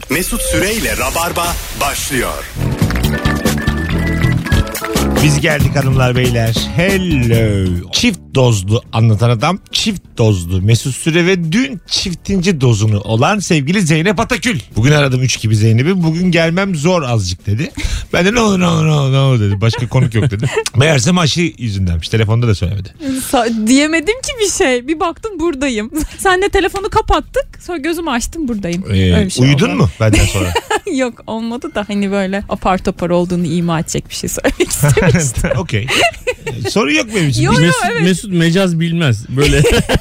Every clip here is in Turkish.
Mesut Süreyle Rabarba başlıyor. Biz geldik hanımlar beyler. Hello. Çift dozlu anlatan adam, çift dozlu Mesut Süre ve dün çiftinci dozunu olan sevgili Zeynep Atakül. Bugün aradım 3 gibi Zeynep'i. Bugün gelmem zor azıcık dedi. Ben de ne olur dedi. Başka konuk yok dedim. Meğersem aşı yüzündenmiş. Telefonda da söylemedi. Diyemedim ki bir şey. Bir baktım buradayım. Sen de telefonu kapattık. Sonra gözümü açtım buradayım. Öyle şey uyudun oldu. mu benden sonra? Yok olmadı da hani böyle apar topar olduğunu ima edecek bir şey söylemek istemiştim. Okey. Sorun yok benim için. Yok, Mesut, evet. Mesut mecaz bilmez. Böyle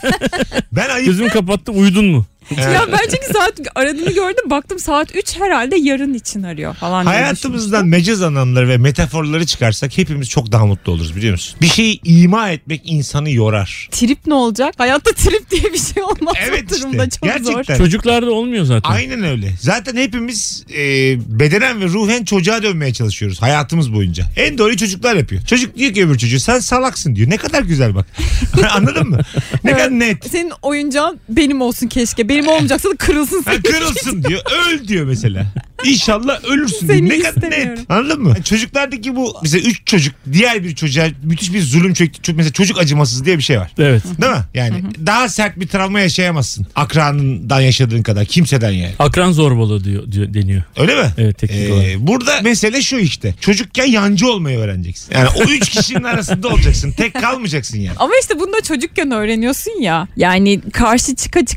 Ben ayıp. gözüm kapattı, uyudun mu? Ya ben çünkü saat aradığını gördüm. Baktım saat 3 herhalde yarın için arıyor falan. diye Hayatımızdan mecaz anlamları ve metaforları çıkarsak hepimiz çok daha mutlu oluruz biliyor musun? Bir şeyi ima etmek insanı yorar. Trip ne olacak? Hayatta trip diye bir şey olmaz. Evet bu durumda işte, çok zor. gerçekten. Çocuklarda olmuyor zaten. Aynen öyle. Zaten hepimiz bedenen ve ruhen çocuğa dönmeye çalışıyoruz hayatımız boyunca. En doğruyu çocuklar yapıyor. Çocuk diyor ki öbür çocuğu sen salaksın diyor. Ne kadar güzel bak. Anladın mı? Ne kadar net. Senin oyuncağın benim olsun keşke. Benim olmayacaksa da kırılsın. Ha, kırılsın diyor. Öl diyor mesela. İnşallah ölürsün Seni diyor. Ne kadar istemiyorum. net. Anladın mı? Çocuklardaki bu mesela 3 çocuk diğer bir çocuğa müthiş bir zulüm çekti. Mesela çocuk acımasız diye bir şey var. Evet. Değil mi? Yani daha sert bir travma yaşayamazsın. Akranından yaşadığın kadar. Kimseden yani. Akran zorbalığı diyor deniyor. Öyle mi? Evet, teknik olarak. Burada mesele şu işte. Çocukken yancı olmayı öğreneceksin. Yani o 3 kişinin arasında olacaksın. Tek kalmayacaksın yani. Ama işte bunu da çocukken öğreniyorsun ya. Yani karşı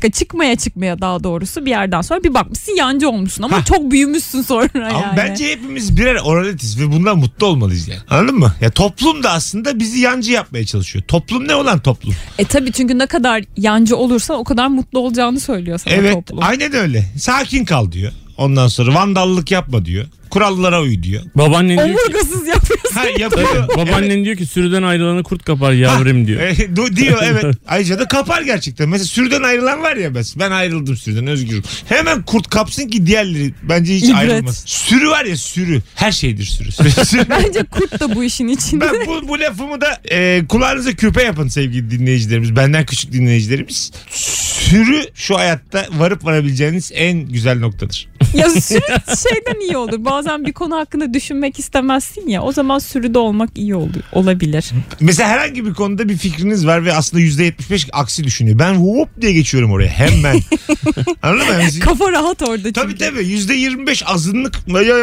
çıkmaya daha doğrusu bir yerden sonra bir bakmışsın yancı olmuşsun ama çok büyümüşsün sonra yani. Ama bence hepimiz birer oraletiz ve bundan mutlu olmalıyız yani. Anladın mı? Ya toplum da aslında bizi yancı yapmaya çalışıyor. Toplum ne olan toplum? Tabii çünkü ne kadar yancı olursan o kadar mutlu olacağını söylüyor sana Evet, toplum. aynen öyle. Sakin kal diyor. Ondan sonra vandallık yapma diyor. Kurallara uy diyor. Babaannen diyor ki, Omurgasız yapıyorsun. Ha, yapıyor. babaannen diyor ki sürüden ayrılanı kurt kapar yavrum diyor. Diyor evet. Ayrıca da kapar gerçekten. Mesela sürüden ayrılan var ya ben ayrıldım sürüden özgürüm. Hemen kurt kapsın ki diğerleri bence hiç İbret. ayrılmasın. Sürü var ya sürü. Her şeydir sürü. Bence kurt da bu işin içinde. Ben bu lafımı da kulağınıza küpe yapın sevgili dinleyicilerimiz. Benden küçük dinleyicilerimiz. Sürü şu hayatta varıp varabileceğiniz en güzel noktadır. Ya sürü şeyden iyi olur. Bazen bir konu hakkında düşünmek istemezsin ya. O zaman sürüde olmak iyi olabilir. Mesela herhangi bir konuda bir fikriniz var ve aslında %75 aksi düşünüyor. Ben hop diye geçiyorum oraya hemen. Anladın mı? Yani, Kafa rahat orada çünkü. tabii %25 azınlık.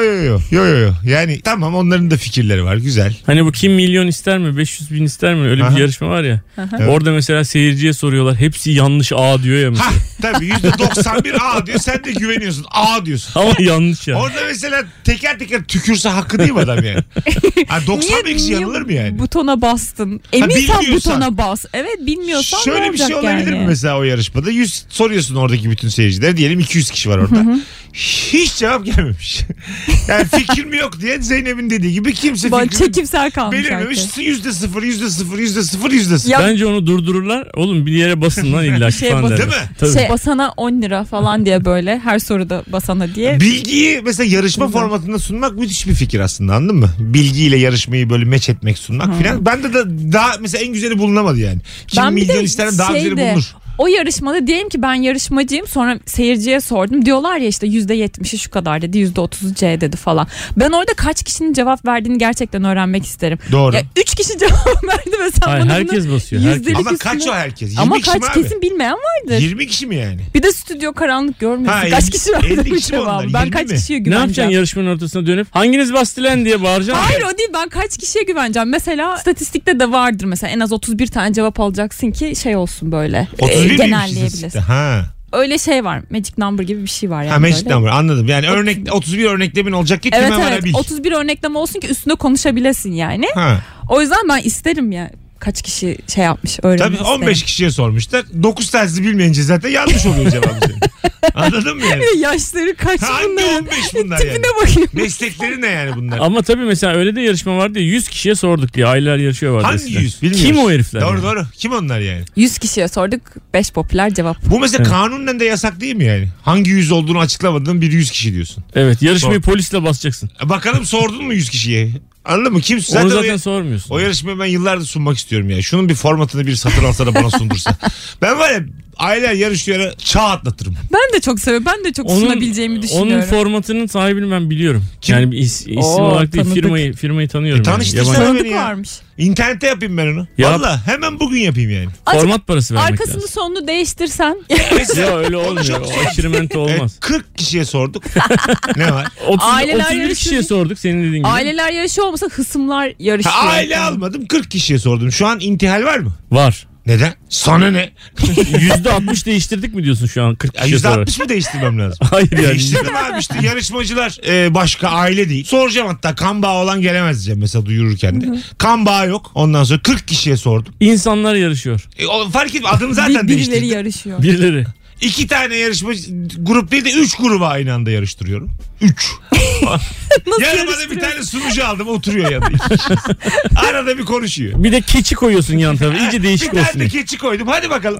Yo. Yani tamam onların da fikirleri var güzel. Hani bu kim milyon ister mi 500 bin ister mi öyle Aha. bir yarışma var ya. Evet. Orada mesela seyirciye soruyorlar. Hepsi yanlış A diyor ya mesela. Ha tabii %91 A diyor sen de güveniyorsun A diyorsun. Ama yanlış ya. Orada mesela teker tükürse hakkı değil mi adam yani? Ha, 90 kişi yanılır mı yani? Butona bastın. Eminsen bilmiyorsan. butona bas. Evet bilmiyorsan ne Şöyle bir olacak şey olabilir yani? mi mesela o yarışmada? 100 soruyorsun oradaki bütün seyircilere. Diyelim 200 kişi var orada. Hiç cevap gelmemiş. Yani fikrim yok diye Zeynep'in dediği gibi kimse fikrini Çekimsel kalmış belirmemiş. herkes. %0. Ya- Bence onu durdururlar. Oğlum bir yere basın lan illa Şey falan bas- derler. Değil mi? Tabii. Basana 10 lira falan diye böyle her soruda basana diye. Bilgiyi mesela yarışma formatında sunmak müthiş bir fikir aslında anladın mı? Bilgiyle yarışmayı böyle meç etmek sunmak filan. Bende de daha mesela en güzeli bulunamadı yani. Kim Ben bir milyon de ister daha güzeli şeyde, bulunur. O yarışmada diyelim ki ben yarışmacıyım sonra seyirciye sordum. Diyorlar ya işte %70'i şu kadar dedi %30'u C dedi falan. Ben orada kaç kişinin cevap verdiğini gerçekten öğrenmek isterim. Doğru. Ya 3 kişi cevap verdi ve sen Hayır, bana herkes bunu basıyor, herkes. yüzdelik Ama üstüne- kaç o herkes? 20 Ama kişi kaç mi abi? kesin bilmeyen vardır. 20 kişi mi yani? Bir de stüdyo karanlık görmüyorsun. Ha, Kaç 50 kişi verdi 50 bu kişi mi onlar? cevabı? Ben 20 kaç mi? kişiye Ne güveneceğim? yapacaksın yarışmanın ortasına dönüp hanginiz bastilen diye bağıracaksın? Hayır o değil ben kaç kişiye güveneceğim. Mesela statistikte de vardır mesela en az 31 tane cevap alacaksın ki şey olsun böyle. 31 miymiş genelleyebilirsin. istatistikte? Ha. Öyle şey var. Magic number gibi bir şey var yani. Ha magic böyle. number anladım. Yani 31 örneklemin olacak ki Evet kime evet varabil. 31 örnekleme olsun ki üstüne konuşabilesin yani. Ha. O yüzden ben isterim ya. Kaç kişi şey yapmış öğrenmek Tabii 15 kişiye sormuşlar. 9 tanesi bilmeyince zaten yanlış oluyor cevabı senin. Anladın mı yani? Yaşları kaç Hangi bunların? 15 bunlar yani? Tipine bakayım. Meslekleri ne yani bunlar? Ama tabii mesela öyle de yarışma vardı ya 100 kişiye sorduk diye aileler yarışıyor vardı Hangi eskiden. 100? Bilmiyoruz. Kim o herifler? Doğru yani? doğru. Kim onlar yani? 100 kişiye sorduk 5 popüler cevap. Bu mesela Evet. kanunen de yasak değil mi yani? Hangi 100 olduğunu açıklamadığın bir 100 kişi diyorsun. Evet yarışmayı Doğru. polisle basacaksın. Bakalım sordun mu 100 kişiye? Anladın mı? Kim? Onu zaten o, sormuyorsun. o yarışmayı ben yıllardır sunmak istiyorum ya. Şunun bir formatını bir satır alsa da bana sundursa. Ben var ya aileler yarışıyor, çağ atlatırım. Ben de çok seviyorum. Ben de çok sunabileceğimi düşünüyorum. Onun formatının sahibini ben biliyorum. Kim? Yani bir isim olarak değil, firmayı tanıyorum. Tanıştırsana Yabancı- beni Tanıdık ya. varmış. İnternette yapayım ben onu. Yap. Valla hemen bugün yapayım yani. Format parası vermek Arkasını lazım. sonunu değiştirsen. Ya öyle olmuyor. O aşırı mente olmaz. 40 kişiye sorduk. Ne var? Aileler 31 yarışıyor. kişiye sorduk senin dediğin gibi. Aileler yarışıyor olmasa hısımlar yarışıyor. Aile almadım, 40 kişiye sordum. Şu an intihal var mı? Var. Neden? Sana ne? %60 değiştirdik mi diyorsun şu an 40 Ya kişiye sorarak? %60 mı değiştirmem lazım? Hayır yani. Değiştirdim abi işte yarışmacılar başka, aile değil. Soracağım hatta, kan bağı olan gelemez diyeceğim mesela duyururken de. Kan bağı yok. Ondan sonra 40 kişiye sordum. İnsanlar yarışıyor. Fark etme, adını zaten Birileri değiştirdim. yarışıyor. Birileri. 2 tane yarışmacı grup değil de 3 gruba aynı anda yarıştırıyorum. 3. Yanıma bir tane sunucu aldım, oturuyor yanında. Arada bir konuşuyor. Bir de keçi koyuyorsun yan tarafa. İyice değişik Bir olsun tane de diye. keçi koydum. Hadi bakalım.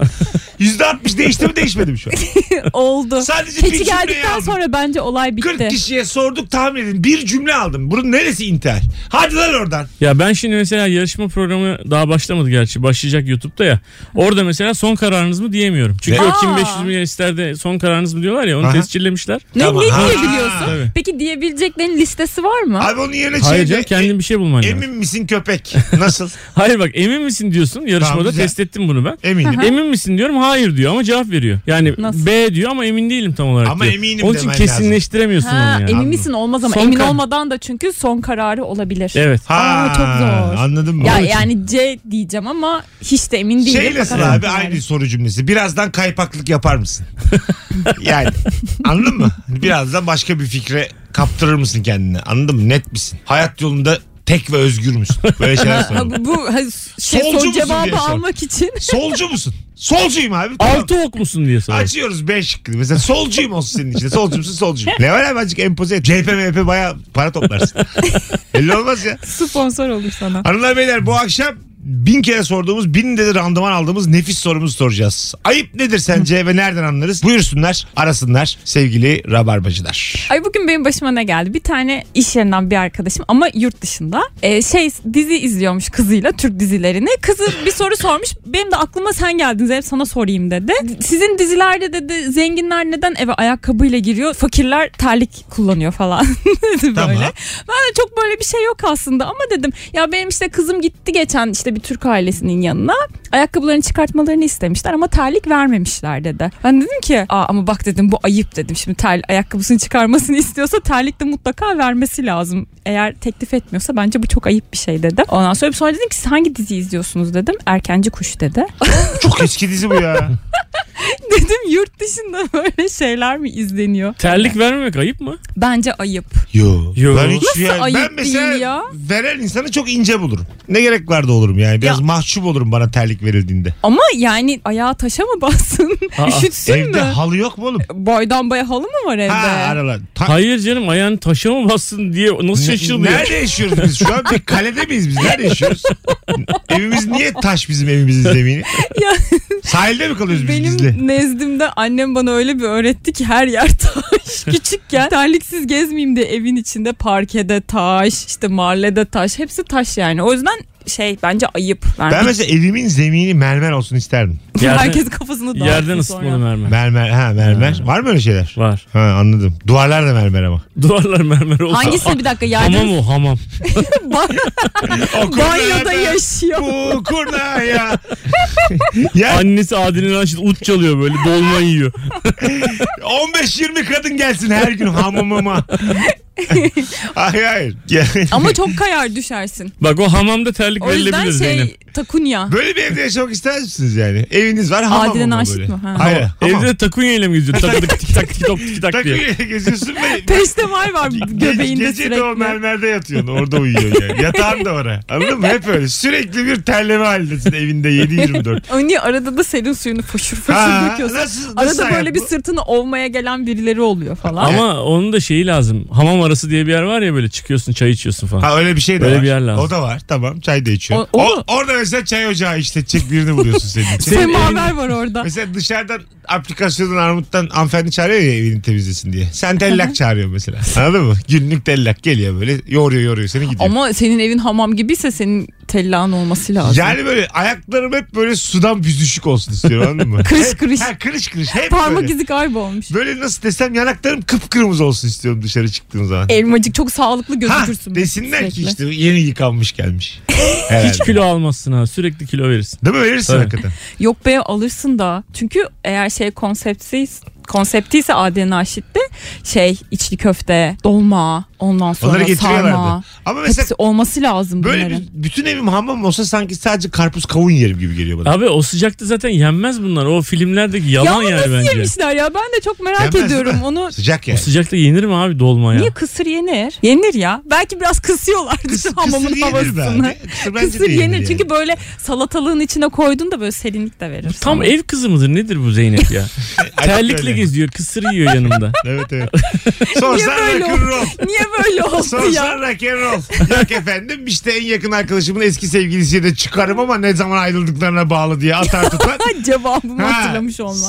%60 değişti mi değişmedi mi şu an? Oldu. Sadece bir Keçi cümleyi geldikten aldım. sonra bence olay bitti. 40 kişiye sorduk, tahmin edin. Bir cümle aldım. Bunun neresi intihar? Hadi lan oradan. Ya ben şimdi mesela yarışma programı daha başlamadı gerçi. Başlayacak YouTube'da ya. Orada mesela son kararınız mı diyemiyorum. Çünkü Ne? o Kim 500 milyon isterde son kararınız mı diyorlar ya. Onu Aha. tescillemişler. Ne, Tamam. ne Ha, diyebiliyorsun? tabii. Peki diyebileceklerin listesi var mı? Abi onun yerine Hayır şeyde, canım kendin bir şey bulman lazım. emin misin köpek? Nasıl? Hayır bak emin misin diyorsun yarışmada Tamam, güzel. test ettim bunu ben. Eminim. Emin misin diyorum hayır diyor ama cevap veriyor. Yani Nasıl? B diyor ama emin değilim tam olarak Ama diyor. eminim Onun için demen kesinleştiremiyorsun onu yani. Emin misin olmaz ama Son emin kar- olmadan da çünkü son kararı olabilir. Evet. Aa, çok zor. Anladın mı? Ya Onun için. yani C diyeceğim ama hiç de emin değilim. Şey nasıl Fakat abi, yani. aynı soru cümlesi. Birazdan kaypaklık yapar mısın? Yani anladın mı? Birazdan başka bir fikre kaptırır mısın kendini? Anladın mı? Net misin? Hayat yolunda tek ve özgür müsün? Böyle şeyler Ha, soralım. bu Solcu son musun diye cevabı sor. almak için. Solcu musun? Solcuyum abi. Tamam. Altı ok musun diye sorar. Açıyoruz 5 şıkkı. Mesela solcuyum olsun senin içinde. Solcu musun? Solcuyum. Ne var abi, azıcık empoze et. CHP MHP baya para toplarsın. Belli olmaz ya. Sponsor olur sana. Hanımlar beyler, bu akşam 1000 kere sorduğumuz, 1000 de randıman aldığımız nefis sorumuzu soracağız. Ayıp nedir sence ve nereden anlarız? Buyursunlar, arasınlar sevgili rabarbacılar. Ay bugün benim başıma ne geldi? Bir tane iş yerinden bir arkadaşım ama yurt dışında dizi izliyormuş kızıyla, Türk dizilerini. Kızı bir soru sormuş. Benim de aklıma sen geldin Zeynep, sana sorayım dedi. Sizin dizilerde dedi zenginler neden eve ayakkabıyla giriyor? Fakirler terlik kullanıyor falan dedi böyle. Tamam. Ben de çok böyle bir şey yok aslında ama dedim ya benim işte kızım gitti geçen işte bir Türk ailesinin yanına. Ayakkabılarını çıkartmalarını istemişler ama terlik vermemişler dedi. Ben dedim ki ama bak dedim bu ayıp dedim. Şimdi ayakkabısını çıkarmasını istiyorsa terlik de mutlaka vermesi lazım. Eğer teklif etmiyorsa bence bu çok ayıp bir şey dedim. Ondan sonra dedim ki siz hangi dizi izliyorsunuz dedim. Erkenci Kuş dedi. Çok eski dizi bu ya. Dedim yurt dışında böyle şeyler mi izleniyor? Terlik vermemek ayıp mı? Bence ayıp. Yo. Yo. Ben hiç Nasıl ayıp ben mesela değil ya? veren insanı çok ince bulurum. Ne gerek var da olurum yani. Biraz mahcup olurum bana terlik verildiğinde. Ama yani ayağa taşa mı bassın? Üşütsün Evde mü? halı yok mu oğlum? Boydan boya halı mı var evde? Ha aralar. Hayır canım ayağını taşa mı bassın diye nasıl şaşırdı ya? Nerede yaşıyoruz biz şu an? Bir kalede miyiz biz? Nerede yaşıyoruz? Evimiz niye taş, bizim evimizin zemini? Ya, Sahilde mi kalıyoruz biz benim bizle? nezdimde annem bana öyle bir öğretti ki her yer taş. Küçükken terliksiz gezmeyeyim diye evin içinde parkede taş, işte mahallede taş, hepsi taş yani. O yüzden bence ayıp. Ben mesela evimin zemini mermer olsun isterdim. Herkes kafasını dağıtsın Yerden sonra. ısıtmalı mermer. Mermer. Var mı öyle şeyler? Var. Ha, anladım. Duvarlar da mermer ama. Duvarlar mermer olsa. Hangisini bir dakika yerden Hamam o hamam. banyoda yaşıyor. Bu kurnaya. Ya Annesi Adile'nin açtı ut çalıyor böyle dolma yiyor. 15-20 kadın gelsin her gün hamamıma. Hayır. Ama çok kayar düşersin. Bak o hamamda terlik O yüzden verilebilir Zeynep. takunya. Böyle bir evde yaşamak ister misiniz yani? Eviniz var, hamam Adile ama Naşit böyle. mi? Ha. Hayır. hamam. Evde takunya ile mi geziyorsun? Tak tak tik tak tik tok tik tak diye. Takıyla geziyorsun ve Peştemal var göbeğinde gece sürekli. de o mermerde yatıyorsun. Orada uyuyor yani. Yatağın da oraya. Anladın mı? Hep öyle. Sürekli bir terleme halindesin evinde 7-24. O niye arada da senin suyunu foşur foşur Ha, döküyorsun. nasıl Arada hayat böyle bir bu? sırtını ovmaya gelen birileri oluyor falan. Ama onun da şeyi lazım. Hamam arası diye bir yer var ya böyle çıkıyorsun çay içiyorsun falan. Ha öyle bir şey de Öyle var. bir yer lazım. O da var. Tamam, çay da içiyor. O- Orada mesela çay ocağı işletecek birini buluyorsun senin için. Semaver var orada. Mesela dışarıdan aplikasyonun Armut'tan hanımefendi çağırıyor ya evini temizlesin diye. Sen tellak çağırıyor mesela. Anladın mı? Günlük tellak geliyor böyle yoruyor seni gidiyor. Ama senin evin hamam gibiyse senin Nutella'nın olması lazım. Yani böyle ayaklarım hep böyle sudan büzüşük olsun istiyorum, anladın mı? Kırış kırış. Kırış kırış hep Parmak böyle. izi kaybolmuş. Böyle nasıl desem yanaklarım kıpkırmızı olsun istiyorum dışarı çıktığım zaman. Elmacık çok sağlıklı Ha, gözükürsün. desinler ki sürekli. işte yeni yıkanmış gelmiş. Herhalde. Hiç kilo almazsın ha. Sürekli kilo verirsin. Değil mi? Verirsin Tabii. hakikaten. Yok be alırsın da. Çünkü eğer konseptiyse ADN aşitte içli köfte, dolma, ondan sonra Onları getiriyorlardı. sarma. Ama mesela Hepsi olması lazım böyle bunların. bütün evim hamam olsa sanki sadece karpuz kavun yerim gibi geliyor bana. Abi o sıcakta zaten yenmez bunlar. O filmlerdeki yalan ya yani nasıl bence. yemişler ya? Ben de çok merak Yenmez değil ediyorum mi? onu. Sıcak O yani. sıcakta yenir mi abi dolma ya? Niye kısır yenir? Yenir ya. Belki biraz kısıyorlardı şu hamamın Kısır yenir be havasını. abi. Kısır bence Kısır de yenir. yani. Çünkü böyle salatalığın içine koydun da böyle serinlik de verir. Tam sana. ev kızı mıdır nedir bu Zeynep ya? Terlikle öyle. geziyor, kısır yiyor yanımda. Evet evet. Sorsan böyle rock'n'roll. Niye böyle oldu Sorsan ya? rock'n'roll. Yok efendim işte en yakın arkadaşımın eski sevgilisiyle de çıkarım ama ne zaman ayrıldıklarına bağlı diye atar tutar. Cevabımı Ha, hatırlamış olmam.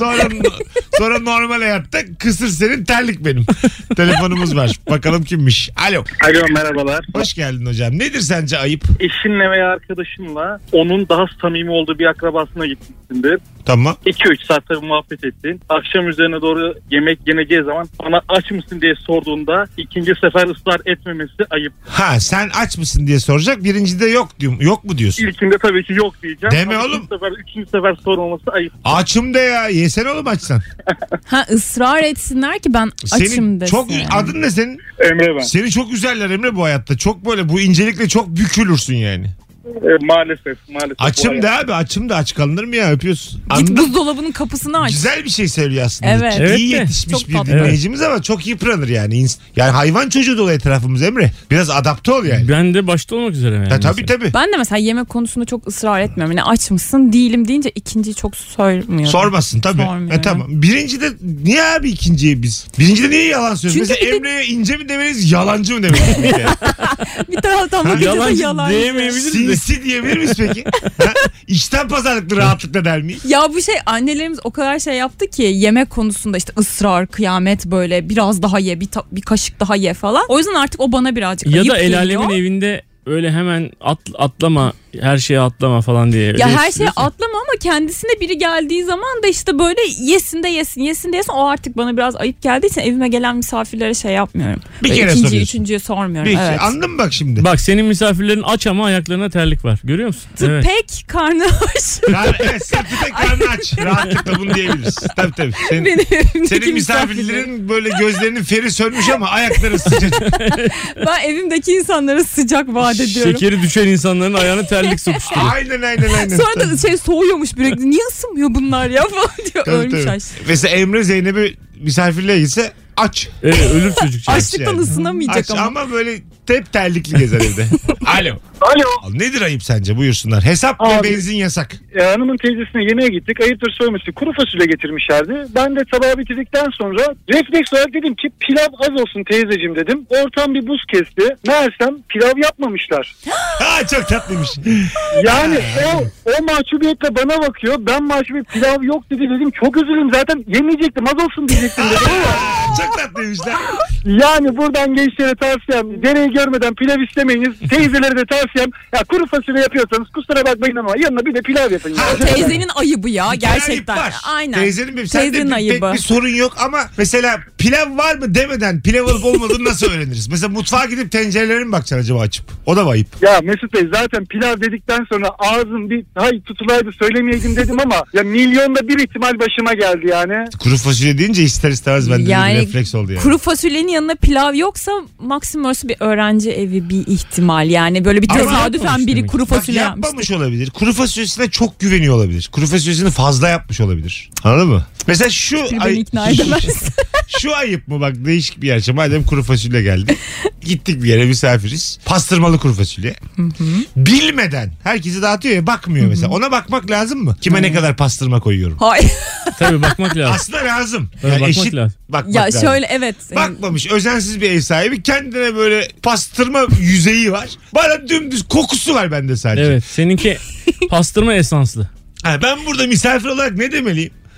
Sonra normal hayatta kısır senin terlik benim. Telefonumuz var. Bakalım kimmiş. Alo. Alo merhabalar. Hoş geldin hocam. Nedir sence ayıp? Eşinle veya arkadaşınla onun daha samimi olduğu bir akrabasına gitmişsindir. Tamam. 2-3 saat tabii muhabbet ettin. Akşam üzerine doğru yemek yeneceği zaman bana aç mısın diye sorduğunda ikinci sefer ısrar etmemesi ayıp. Ha sen aç mısın diye soracak. Birincide yok diyorum. Yok mu diyorsun? İlkinde tabii ki yok diyeceğim. Deme Ama oğlum. Üçüncü sefer sormaması ayıp. Açım de ya. Yesene oğlum açsan. Ha ısrar etsinler ki ben açım Senin desin. çok adın ne senin? Emre ben. Seni çok üzerler Emre bu hayatta. Çok böyle bu incelikle çok bükülürsün yani. Maalesef. Açım de abi. Açım da aç kalınır mı ya? Öpüyorsun. Git Anladın? buzdolabının kapısını aç. Güzel bir şey söylüyor aslında. Evet. Evet İyi de. yetişmiş Çok bir tatlı. dinleyicimiz ama çok yıpranır yani. Yani hayvan çocuğu dolu etrafımız Emre. Biraz adapte ol yani. Ben de başta olmak üzere yani. Ha, tabii mesela. tabii. Ben de mesela yemek konusunda çok ısrar etmiyorum. Yani aç mısın değilim deyince ikinciyi çok sormuyorum. Sormasın tabii. Sormuyorum. Tamam. Birincide niye abi ikinciye biz? Birincide niye yalan söylüyorsun? Çünkü Mesela Emre'ye ince mi demeliyiz, yalancı mı demeliyiz? Bir kere? Bir taraftan Ha, bakınca da yalancı yalan. diyemeyebiliriz de. Sinsi diyebilir miyiz peki? Ha? İçten pazarlıklı rahatlıkla der miyiz? Ya bu annelerimiz o kadar şey yaptı ki yemek konusunda işte ısrar, kıyamet böyle biraz daha ye, bir kaşık daha ye falan. O yüzden artık o bana birazcık Ya ayıp da el geliyor. alemin evinde öyle hemen atlama, her şeye atlama falan diye. Ya her şeye yetiştiriyorsun. atlama ama kendisine biri geldiği zaman da işte böyle yesin de yesin. O artık bana biraz ayıp geldiği için evime gelen misafirlere şey yapmıyorum. Bir Böyle kere ikinciye, soruyorsun. üçüncüye sormuyorum. Peki Evet. anladın mı bak şimdi? Bak senin misafirlerin aç ama ayaklarına terlik var. Görüyor musun? Evet. Pek karnı aç. Evet sırtı tek karnı aç. Rahatlıkla bunu diyebiliriz. Tabii tabii. Benim evimdeki Senin misafirlerin böyle gözlerinin feri sönmüş ama ayakları sıcacık. Ben evimdeki insanlara sıcak vaat ediyorum. Şekeri düşen insanların ayağına terlik sokuşturuyor. Aynen. Sonra da soğuyormuş sürekli. Niye ısınmıyor bunlar ya falan diyor. Tabii, Ölmüş tabii. aç. Mesela Emre Zeynep'i misafirliğe gitse aç. Evet, ölür çocuk. Açlıktan yani. ısınamayacak Aç ama. ama böyle hep terlikli gezer evde. Alo. Alo. Nedir ayıp sence? Buyursunlar. Hesap ve Abi. benzin yasak. Hanımın teyzesine yemeğe gittik. Ayıptır söylemesi. Kuru fasulye getirmişlerdi. Ben de tabağı bitirdikten sonra refleks olarak dedim ki pilav az olsun teyzeciğim dedim. Ortam bir buz kesti. Meğersem pilav yapmamışlar. Ha çok tatlıymış. Yani o mahcubiyetle bana bakıyor. Ben mahcubiyet pilav yok dedi dedim. Çok üzüldüm zaten yemeyecektim az olsun diyecektim dedim ama. Çok tatlıymışlar. Yani buradan gençlere tavsiyem deneyi görmeden pilav istemeyiniz. Teyzelere de tavsiyem ya kuru fasulye yapıyorsanız kusura bakmayın ama yanına bir de pilav yapın. Ha, Ya. Teyzenin ayıbı ya gerçekten. Ayıp var. Aynen. Teyzenin bir, Teyzenin ayıbı. pek bir sorun yok ama mesela pilav var mı demeden pilav olup olmadığını nasıl öğreniriz? Mesela mutfağa gidip tencerelere mi bakacaksın acaba açıp? O da mı ayıp? Ya Mesut Bey zaten pilav dedikten sonra ağzım bir hay tutulaydı söylemeyeydim dedim ama ya milyonda bir ihtimal başıma geldi yani. Kuru fasulye deyince ister istemez bende Yani bir refleks oldu yani. Kuru fasulyenin yanına pilav yoksa maksimum orası bir öğrenci evi bir ihtimal. Yani böyle bir Ama tesadüfen yapmamış biri demek. kuru Bak, fasulye yapmamış olabilir. Kuru fasulyesine çok güveniyor olabilir. Kuru fasulyesini fazla yapmış olabilir. Anladın mı? Mesela şu Beni ikna edemez. şu ayıp mı bak değişik bir yer. Madem kuru fasulye geldi. Gittik bir yere misafiriz. Pastırmalı kuru fasulye. Bilmeden herkese dağıtıyor ya bakmıyor mesela. Ona bakmak lazım mı? Kime ne kadar pastırma koyuyorum? Hayır. Tabii bakmak lazım. Aslında lazım. Tabii bakmak eşit lazım. bakmak Ya lazım. şöyle evet. Bakmamış özensiz bir ev sahibi kendine böyle pastırma yüzeyi var. Bana dümdüz kokusu var bende sadece. Evet, seninki pastırma esanslı. Ha, ben burada misafir olarak ne demeliyim?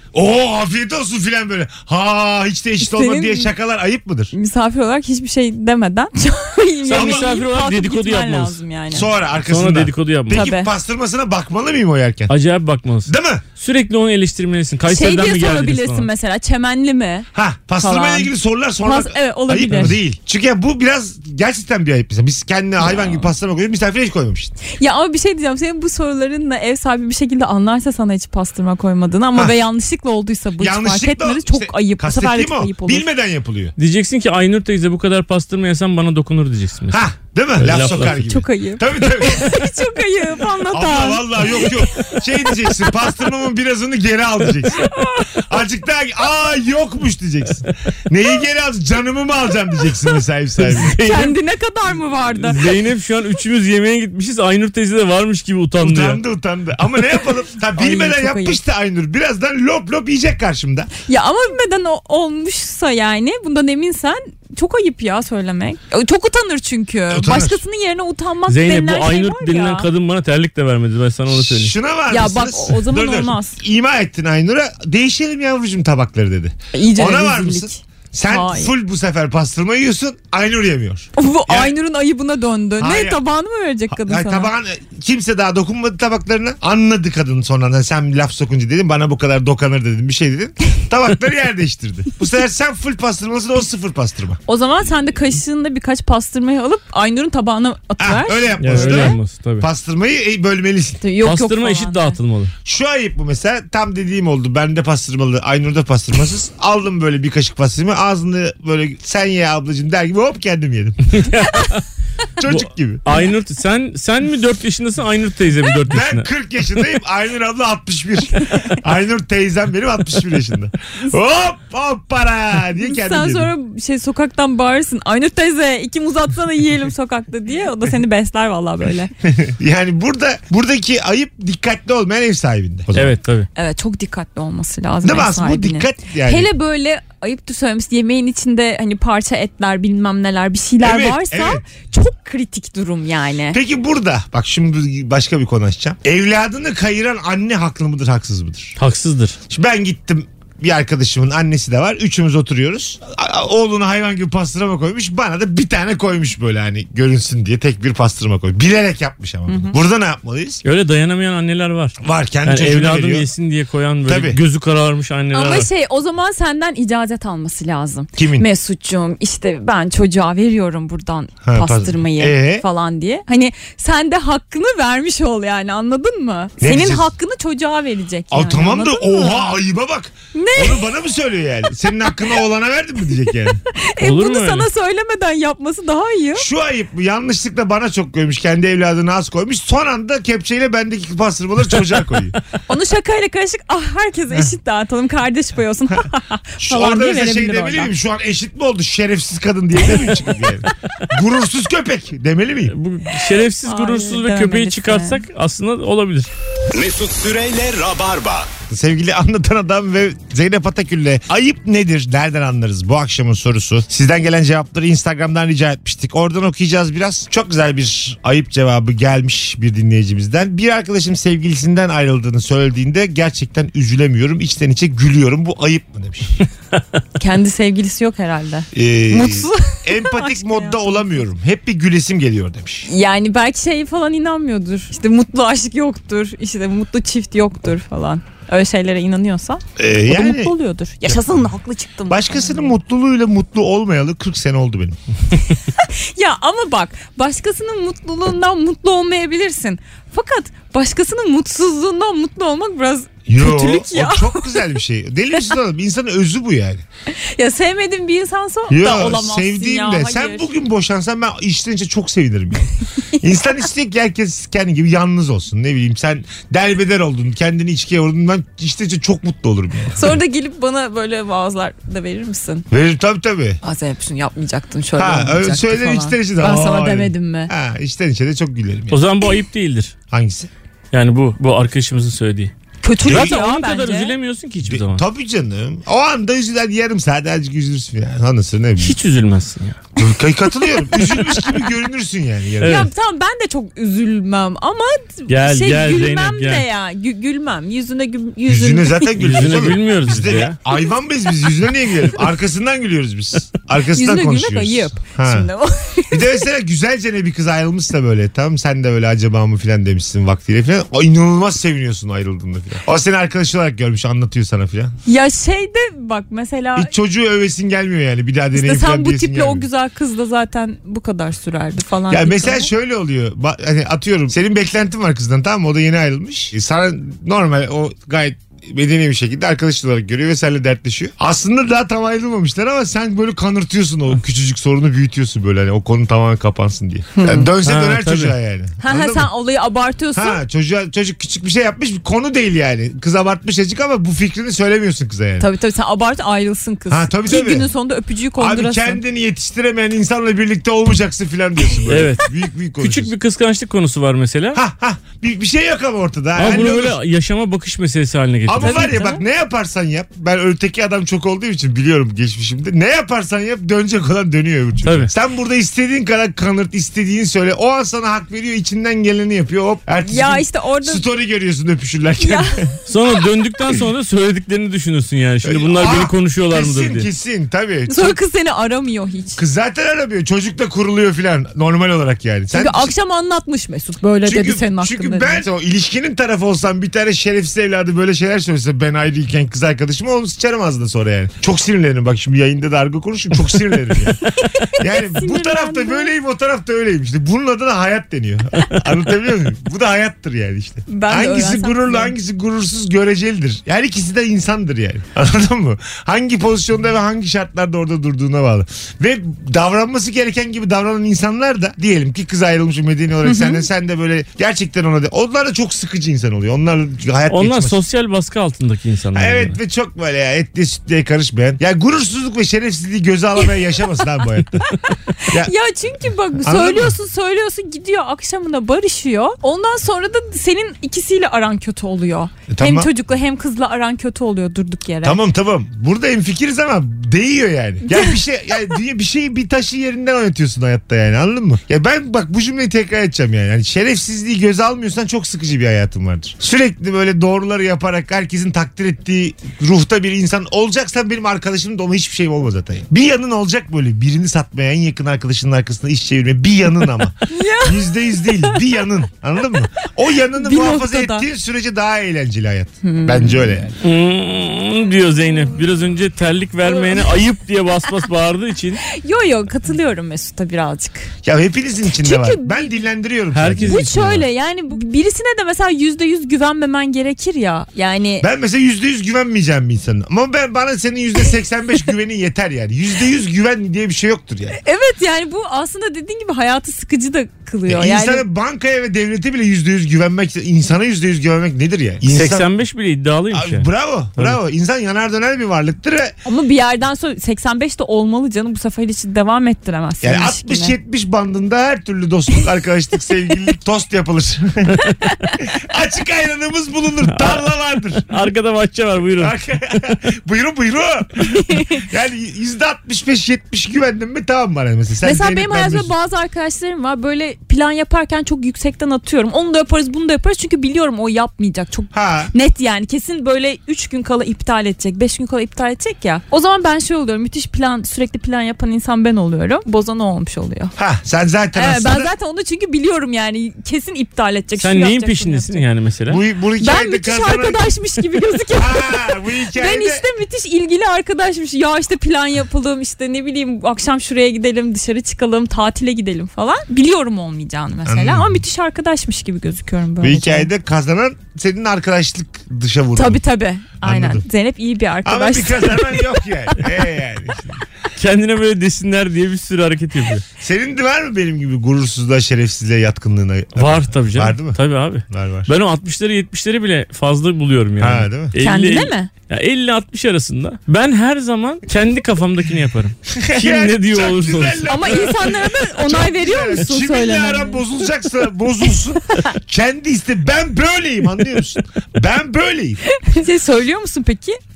afiyet olsun filan böyle. Hiç de eşit olmadı Senin- diye şakalar ayıp mıdır? Misafir olarak hiçbir şey demeden Sen misafir olarak kalkıp dedikodu gitmen yapmalısın. lazım yani. Sonra arkasında. Sonra dedikodu yapma. Peki Tabii. pastırmasına bakmalı mıyım o yerken? Acayip bakmalısın. Değil mi? Sürekli onu eleştirmelisin. Şey Kayseri'den diye mi geldiniz sorabilirsin falan? mesela, çemenli mi? Pastırmayla Falan. ilgili sorular sormak Evet, olabilir. ayıp mı? Değil. Çünkü ya bu biraz gerçekten bir ayıp. Mesela biz kendine hayvan gibi pastırma koyuyoruz, misafire hiç koymamışız. Ya ama bir şey diyeceğim, senin bu sorularınla ev sahibi bir şekilde anlarsa sana hiç pastırma koymadığını ama ve yanlışlıkla olduysa bu hiç fark etmedi, çok ayıp. Bu sefer de kastettiğim çok o. ayıp olur. Bilmeden yapılıyor. Diyeceksin ki Aynur teyze bu kadar pastırma yesen bana dokunur diyeceksin mesela. Değil mi? Öyle Laf laf sokar laf. gibi. Çok ayıp. Tabii. Çok ayıp, anlat Abla abi. vallahi yok. Şey diyeceksin, pastırmamın birazını geri al diyeceksin. Azıcık daha yokmuş diyeceksin. Neyi geri al? Canımı mı alacağım diyeceksin mesela ev sahibi. Kendine kadar mı vardı? Zeynep şu an üçümüz yemeğe gitmişiz. Aynur teyze de varmış gibi utandı ya. Utandı. Ama ne yapalım? Bilmeden çok yapmıştı Aynur. Birazdan lop yiyecek karşımda. Ya ama bilmeden olmuşsa yani, bundan eminsen çok ayıp ya söylemek. Çok utanır çünkü. Utanır. Başkasının yerine utanmak Zeynep denilen bu şey Aynur var denilen ya. kadın bana terlik de vermedi. Ben sana onu söyleyeyim. Şuna var Ya mısınız? bak, o zaman Dur. olmaz. İma ettin Aynur'a. Değişelim yavrucuğum tabakları dedi. İyice Ona var rezillik. mısın? Sen Hayır. full bu sefer pastırma yiyorsun. Aynur yemiyor. Bu Yani- Aynur'un ayıbına döndü. Hayır. Ne, tabağını mı verecek kadın Hayır, sana? tabağın kimse daha dokunmadı tabaklarına. Anladı kadın sonradan. Sen laf sokunca dedin, bana bu kadar dokanır dedin, bir şey dedin. Tabakları yer değiştirdi. Bu sefer sen full pastırmasın, o sıfır pastırma. O zaman sen de kaşığında birkaç pastırmayı alıp Aynur'un tabağına atıver. Öyle Ya yapmalısın. öyle yapması tabii. Pastırmayı bölmelisin. Yok, Pastırma falan. eşit dağıtılmalı. Şu ayıp bu mesela, tam dediğim oldu. Bende pastırmalı, Aynur'da pastırmasız. Aldım böyle bir kaşık pastırma, ağzında böyle sen ye ablacığım der gibi hop kendim yedim. Çocuk gibi. Aynur sen mi 4 yaşındasın, Aynur teyze mi 4 Ben yaşında? 40 yaşındayım. Aynur abla 61. Aynur teyzem benim 61 yaşında. Hop para diye kendim Sen yedim. sonra sokaktan bağırırsın. Aynur teyze 2 muz atsana yiyelim sokakta diye. O da seni besler vallahi böyle. Yani buradaki ayıp dikkatli olmayan ev sahibinde. O zaman. Evet tabii. Evet, çok dikkatli olması lazım Değil mi ev aslında bu sahibinin. dikkat yani. Hele böyle ayıptır söylemesi, yemeğin içinde hani parça etler bilmem neler bir şeyler Evet, varsa evet. çok kritik durum yani. Peki burada bak şimdi başka bir konu açacağım. Evladını kayıran anne haklı mıdır haksız mıdır? Haksızdır. Şimdi ben gittim, bir arkadaşımın annesi de var. Üçümüz oturuyoruz. Oğlunu hayvan gibi pastırma koymuş. Bana da bir tane koymuş böyle hani görünsün diye tek bir pastırma koymuş. Bilerek yapmış ama bunu. Burada ne yapmalıyız? Öyle dayanamayan anneler var. Var kendi Yani çocuğuna evladım veriyor. yesin diye koyan böyle Tabii. gözü kararmış anneler Ama var. o zaman senden icazet alması lazım. Kimin? Mesut'cum işte ben çocuğa veriyorum buradan Ha, pastırmayı falan diye. Hani sen de hakkını vermiş ol yani, anladın mı? Ne Senin diyeceğiz? hakkını çocuğa verecek yani. Tamam da anladın mı? oha ayıba bak. Onu bana mı söylüyor yani? Senin hakkını oğlana verdin mi diyecek yani. Olur mu Bunu öyle? sana söylemeden yapması daha iyi. Şu ayıp mı? Yanlışlıkla bana çok koymuş. Kendi evladına az koymuş. Son anda kepçeyle bendeki pastırmaları çocuğa koyuyor. Onu şakayla karışık herkese eşit dağıtalım, kardeş pay olsun Şu falan orada diye mesela şey verebilir demeli oradan. miyim? Şu an eşit mi oldu? Şerefsiz kadın diyebilir miyim çıkıp yani? Gurursuz köpek demeli miyim? Bu şerefsiz, Hayır, gurursuz ve dememelisin. köpeği çıkartsak aslında olabilir. Mesut Süreyle Rabarba. Sevgili anlatan adam ve Zeynep Atakül'le ayıp nedir? Nereden anlarız? Bu akşamın sorusu. Sizden gelen cevapları Instagram'dan rica etmiştik. Oradan okuyacağız biraz. Çok güzel bir ayıp cevabı gelmiş bir dinleyicimizden. Bir arkadaşım sevgilisinden ayrıldığını söylediğinde gerçekten üzülemiyorum. İçten içe gülüyorum. Bu ayıp mı demiş. Kendi sevgilisi yok herhalde. Mutsuz. Empatik Aşk modda hayatım. olamıyorum. Hep bir gülesim geliyor demiş. Yani belki şey falan inanmıyordur. İşte mutlu aşk yoktur. İşte mutlu çift yoktur falan. Öyle şeylere inanıyorsa o da Yani mutlu oluyordur. Yaşasın da haklı çıktım. başkasının mutluluğuyla mutlu olmayalı 40 sene oldu benim. Ya ama bak, başkasının mutluluğundan mutlu olmayabilirsin. Fakat başkasının mutsuzluğundan mutlu olmak biraz kötülük ya. O çok güzel bir şey. Deli misin oğlum? İnsanın özü bu yani. Ya sevmediğin bir insansa Yo, da olamazsın sevdiğim ya. de. Hayır. Sen bugün boşansan ben içten içe çok sevinirim yani. İnsan istiyor ki herkes kendi gibi yalnız olsun. Ne bileyim, sen derbeder oldun, kendini içkiye vurdun. Ben içten içe çok mutlu olurum yani. Sonra da gelip bana böyle vaazlar da verir misin? Veririm tabii. Bazen hep şunu yapmayacaktın, şöyle Ha, olmayacaktı öyle söylerim falan. içten içe de. Ben sana Aa, demedim mi? Ha, içten içe de çok gülerim O yani. zaman bu ayıp değildir. Hangisi? Yani bu arkadaşımızın söylediği. Kötülük Zaten ya onun bence. kadar üzülemiyorsun ki hiçbir zaman. Tabii canım. O anda üzülen yarım saat azıcık üzülürsün yani. Anasını ne bileyim. Hiç üzülmezsin ya. Katılıyorum. Üzülmüş gibi görünürsün yani. Evet. Ya tamam ben de çok üzülmem ama Gel, gel gülmem Zeynep, de gel. ya. Gülmem. Yüzüne zaten gülüyoruz. Yüzüne oğlum. gülmüyoruz Biz biz de ya. hayvan mıyız biz? Yüzüne niye gülelim? Arkasından gülüyoruz biz. Arkasından Yüzüne konuşuyoruz. gülmek ayıp. Ha. Şimdi o. Bir de mesela güzelce bir kız ayrılmışsa böyle, tamam, sen de öyle acaba mı filan demişsin vaktiyle filan. O inanılmaz seviniyorsun ayrıldığında filan. O seni arkadaş olarak görmüş, anlatıyor sana filan. Ya şeyde bak mesela Hiç çocuğu övesin gelmiyor yani, bir daha deneyim işte filan sen bu diyesin tiple o gelmiyor. güzel kızla zaten bu kadar sürerdi falan. Ya deyip mesela sonra. şöyle oluyor. Hani atıyorum, senin beklentin var kızdan, tamam mı? O da yeni ayrılmış. Sana normal, o gayet medeni bir şekilde arkadaş olarak görüyor ve seninle dertleşiyor. Aslında daha tam ayrılmamışlar ama sen böyle kanırtıyorsun, o küçücük sorunu büyütüyorsun böyle, hani o konu tamamen kapansın diye. Yani dönse Ha, döner tabii. çocuğa yani. Ha Anladın sen mı? olayı abartıyorsun. Ha, çocuk küçük bir şey yapmış, bir konu değil yani. Kız abartmış azıcık ama bu fikrini söylemiyorsun kıza yani. Tabii sen abart ayrılsın kız. Ha, tabii, Ki tabii. günün sonunda öpücüğü Abi kondurasın. kendini yetiştiremeyen insanla birlikte olmayacaksın filan diyorsun böyle. Evet. Büyük konuşuyorsun. Küçük bir kıskançlık konusu var mesela. Bir şey yok ama ortada. Ama Yani bunu olur. böyle yaşama bakış meselesi haline getiriyor. Ama var ya Tabii, bak, tabii. ne yaparsan yap. Ben öteki adam çok olduğum için biliyorum geçmişimde. Ne yaparsan yap, dönecek olan dönüyor öbür çocuğa. Tabii. Sen burada istediğin kadar kanırt, istediğin söyle. O an sana hak veriyor, içinden geleni yapıyor. Hop, ertesi Ya gün işte orada story görüyorsun öpüşürlerken. Ya. Sonra döndükten sonra da söylediklerini düşünürsün yani. Şimdi bunlar beni konuşuyorlar mıdır diye. Kesin tabii. sonra kız seni aramıyor hiç. Kız zaten aramıyor. Çocuk da kuruluyor filan normal olarak yani. Çünkü akşam anlatmış Mesut böyle dedi senin hakkında. Çünkü ben o ilişkinin tarafı olsam, bir tane şerefsiz evladı böyle şeyler söylese ben ayrıyken kız arkadaşıma, onu sıçarım ağzına sonra yani. Çok sinirlenirim, bak şimdi yayında da argo konuşuyorum, çok sinirlenirim yani. Yani bu tarafta böyleyim, o tarafta öyleyim işte. Bunun adına hayat deniyor. Anlatabiliyor muyum? Bu da hayattır yani işte. Ben de Hangisi öğrensem gururlu, güzel. hangisi gurursuz görecelidir. Yani ikisi de insandır yani. Anladın mı? Hangi pozisyonda ve hangi şartlarda orada durduğuna bağlı. Ve davranması gereken gibi davranan insanlar da, diyelim ki kız ayrılmış medeni olarak, sen de böyle gerçekten ona onlar da çok sıkıcı insan oluyor. Onlar hayat Onlar geçmez. sosyal baskı altındaki insanlar. Evet yani. ve çok böyle ya, etliye sütlüye karışmayan. Ya gurursuzluk ve şerefsizliği göze alamayan yaşamasın abi bu hayatta. Ya çünkü bak Anladın söylüyorsun gidiyor akşamına barışıyor. Ondan sonra da senin ikisiyle aran kötü oluyor. Tamam. Hem çocukla hem kızla aran kötü oluyor durduk yere. Tamam. Burada hemfikiriz ama değiyor yani. Ya bir şey, yani bir şeyi, bir taşı yerinden oynatıyorsun hayatta yani, anladın mı? Ya ben bak bu cümleyi tekrar edeceğim yani. Yani şerefsizliği göze almıyorsan çok sıkıcı bir hayatın vardır. Sürekli böyle doğruları yaparak herkesin takdir ettiği ruhta bir insan olacaksan, benim arkadaşım da, ona hiçbir şeyim olmaz zaten. Bir yanın olacak böyle, birini satmaya, en yakın arkadaşının arkasında iş çevirmeye, bir yanın ama. %100 değil, bir yanın, anladın mı? O yanını Bir muhafaza noktada. ettiğin sürece daha eğlenceli hayat. Bence öyle yani. Diyor Zeynep. Biraz önce terlik vermeyene ayıp diye bas bağırdığı için. Yo katılıyorum Mesut'a birazcık. Ya hepinizin içinde Çünkü var. Ben dillendiriyorum. Herkes- sadece. Bu şöyle yani birisine de mesela %100 güvenmemen gerekir ya. Yani Ben mesela %100 güvenmeyeceğim bir insanım. Ama bana senin %85 güvenin yeter yani. %100 güven diye bir şey yoktur yani. evet yani bu aslında dediğin gibi hayatı sıkıcı da kılıyor. Yani İnsana, bankaya ve devlete bile %100 güvenmek, insana %100 güvenmek nedir ya? İnsan, 85 bile iddialıymış Abi, yani. bravo. İnsan yanar döner bir varlıktır ve ama bir yerden sonra 85 de olmalı canım, bu sefer hiç devam ettiremezsin yani ilişkini. 60-70 bandında her türlü dostluk, arkadaşlık, sevgililik, tost yapılır. Açık ayranımız bulunur. Tarla vardır. Arkada bahçe var, buyurun. buyurun. Yani %65-70 güvendim mi tamam bana mesela. Sen Mesela Zeynep, benim ben hayatımda Mesut. bazı arkadaşlarım var, böyle plan yaparken çok yüksekten atıyorum. Onu da yaparız bunu da yaparız çünkü biliyorum o yapmayacak. Çok Ha. net yani, kesin böyle 3 gün kala iptal edecek, 5 gün kala iptal edecek ya. O zaman ben şey oluyorum, müthiş plan, sürekli plan yapan insan ben oluyorum. Bozan o olmuş oluyor. Ha, sen zaten Evet, aslında ben zaten onu çünkü biliyorum yani, kesin iptal edecek. Sen şu neyin yapacak, bunu peşindesin yapacak. yani mesela? bu Ben hikayede müthiş kazanan... arkadaşmış gibi gözüküyor. Ha, bu hikayede... Ben işte müthiş ilgili arkadaşmış. Ya işte plan yapalım, işte ne bileyim akşam şuraya gidelim, dışarı çıkalım, tatile gidelim falan. Biliyorum olmayacağını mesela. Anladım. Ama müthiş arkadaşmış gibi gözüküyorum Bu böyle. hikayede kazanan senin arkadaşlık dışa vurumu. Tabii. Aynen. Anladım. Zeynep iyi bir Ama arkadaş. bir kazanan yok yani. Yani. Kendine böyle desinler diye bir sürü hareket yapıyor. Senin de var mı benim gibi gurursuzluğa, şerefsizliğe yatkınlığına? Var tabii canım. Var değil mi? Tabii abi. Var. Ben o 60'ları 70'leri bile fazla buluyorum yani. Ha, değil mi? 50, Kendine mi? Ya 50-60 arasında. Ben her zaman kendi kafamdakini yaparım. Kim Yani ne diyor çok olursa güzel olsun. laf. Ama insanlara da onay veriyor Güzel. musun Kiminle söylemene? aran bozulacaksa bozulsun. Kendi iste, ben böyleyim, anlıyor musun? Ben böyleyim. Söylüyor musun peki?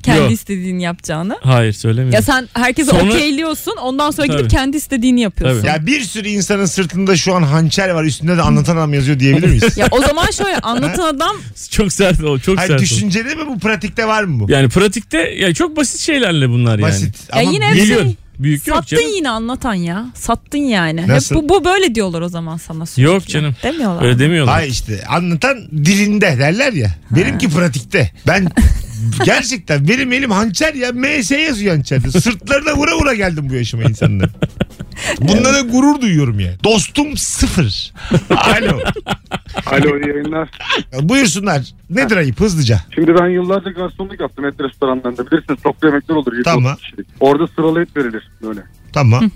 Kendi Yok. istediğini yapacağını. Hayır söylemiyorum. Ya sen herkese Sonra- okeyliyorsun. Ondan sonra gidip Tabii. kendi istediğini yapıyorsun. Tabii. Ya bir sürü insanın sırtında şu an hançer var, üstünde de anlatan adam yazıyor diyebilir miyiz? Ya o zaman şöyle anlatan adam Çok sert o. Çok Hayır, sert o. düşüncede mi bu, pratikte var mı bu? Yani pratikte ya çok basit şeylerle bunlar Basit. ya Ama yine bir Milyon. şey. Büyük yok Sattın canım. yine anlatan ya. Sattın yani. Nasıl? Hep bu böyle diyorlar o zaman sana sürekli. Yok canım. Demiyorlar. Öyle demiyorlar. Hayır işte anlatan dilinde derler ya. Benimki pratikte. Ben gerçekten benim elim hançer ya. MS yazıyor hançerde. Sırtlarına vura vura geldim bu yaşıma insanların. Bunlara gurur duyuyorum yani. Dostum 0. Alo. Alo, iyi yayınlar. Buyursunlar. Nedir ayıp, hızlıca. Şimdi ben yıllarca garsonluk yaptım et restoranlarında. Bilirsiniz toplu yemekler olur. 130 Tamam. kişilik. Orada sıralı et verilir böyle. Tamam.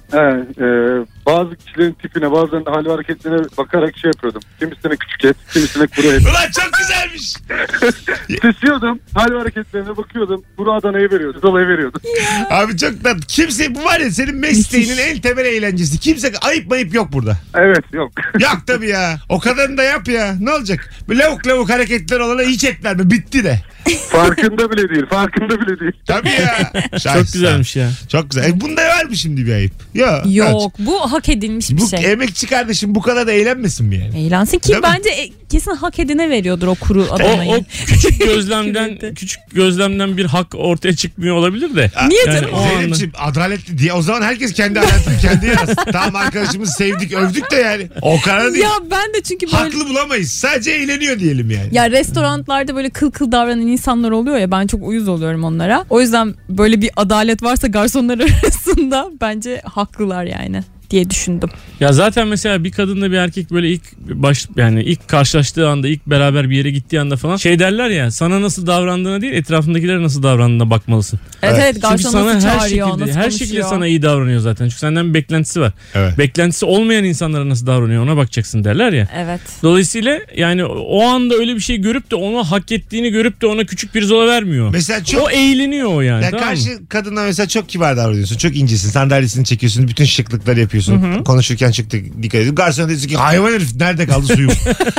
Bazı kişilerin tipine, bazılarının hal ve hareketlerine bakarak şey yapıyordum. Kimisine küçük et, kimisine kuru et. Ulan çok güzelmiş. Seçiyordum, hal ve hareketlerine bakıyordum. Kuru Adana'yı veriyordum, Zala'yı veriyordum. Abi çok da kimse, bu var ya senin mesleğinin en temel eğlencesi. Kimse ayıp mayıp yok burada. Evet, yok. Yok tabii ya. O kadarını da yap ya. Ne olacak? Bu lavuk lavuk hareketler olana hiç et verme. Bitti de. Farkında bile değil, farkında bile değil. Tabii ya. Çok güzelmiş ya. Çok güzel. Bunda var mı şimdi bir ayıp? Yok bu hak edilmiş bir Bu şey. emekçi kardeşim bu kadar da eğlenmesin mi yani? Eğlensin ki Değil mi? bence kesin hak edene veriyordur o kuru O Adana'yı. küçük gözlemden Küveti. küçük gözlemden bir hak ortaya çıkmıyor olabilir de. Niye Yani canım? o anda- Zeynep'ciğim adaletli diye. O zaman herkes kendi adaletini kendi yarasın. Tamam, arkadaşımızı sevdik övdük de yani. O kadar değil. Ya ben de çünkü böyle Haklı bulamayız. Sadece eğleniyor diyelim yani. ya restoranlarda böyle kıl kıl davranan insanlar oluyor ya, ben çok uyuz oluyorum onlara. O yüzden böyle bir adalet varsa garsonlar arasında bence haklılar yani diye düşündüm. Ya zaten mesela bir kadınla bir erkek böyle ilk karşılaştığı anda, ilk beraber bir yere gittiği anda falan şey derler ya, sana nasıl davrandığına değil etrafındakilere nasıl davrandığına bakmalısın. Evet Evet. evet, Çünkü garson sana nasıl her çağırıyor, şekilde nasıl her konuşuyor. şekilde sana iyi davranıyor zaten. Çünkü senden bir beklentisi var. Evet. Beklentisi olmayan insanlara nasıl davranıyor ona bakacaksın derler ya. Evet. Dolayısıyla yani o anda öyle bir şey görüp de onu hak ettiğini görüp de ona küçük bir zola vermiyor. Mesela çok... O eğleniyor o yani. Ya tamam mı? karşı kadına mesela çok kibar davranıyorsun. Çok incesin. Sandalyesini çekiyorsun. Bütün şıklıkları yapıyorsun. Konuşurken çıktı dikkat edin. Garson diyorsun ki hayvan herif nerede kaldı suyum?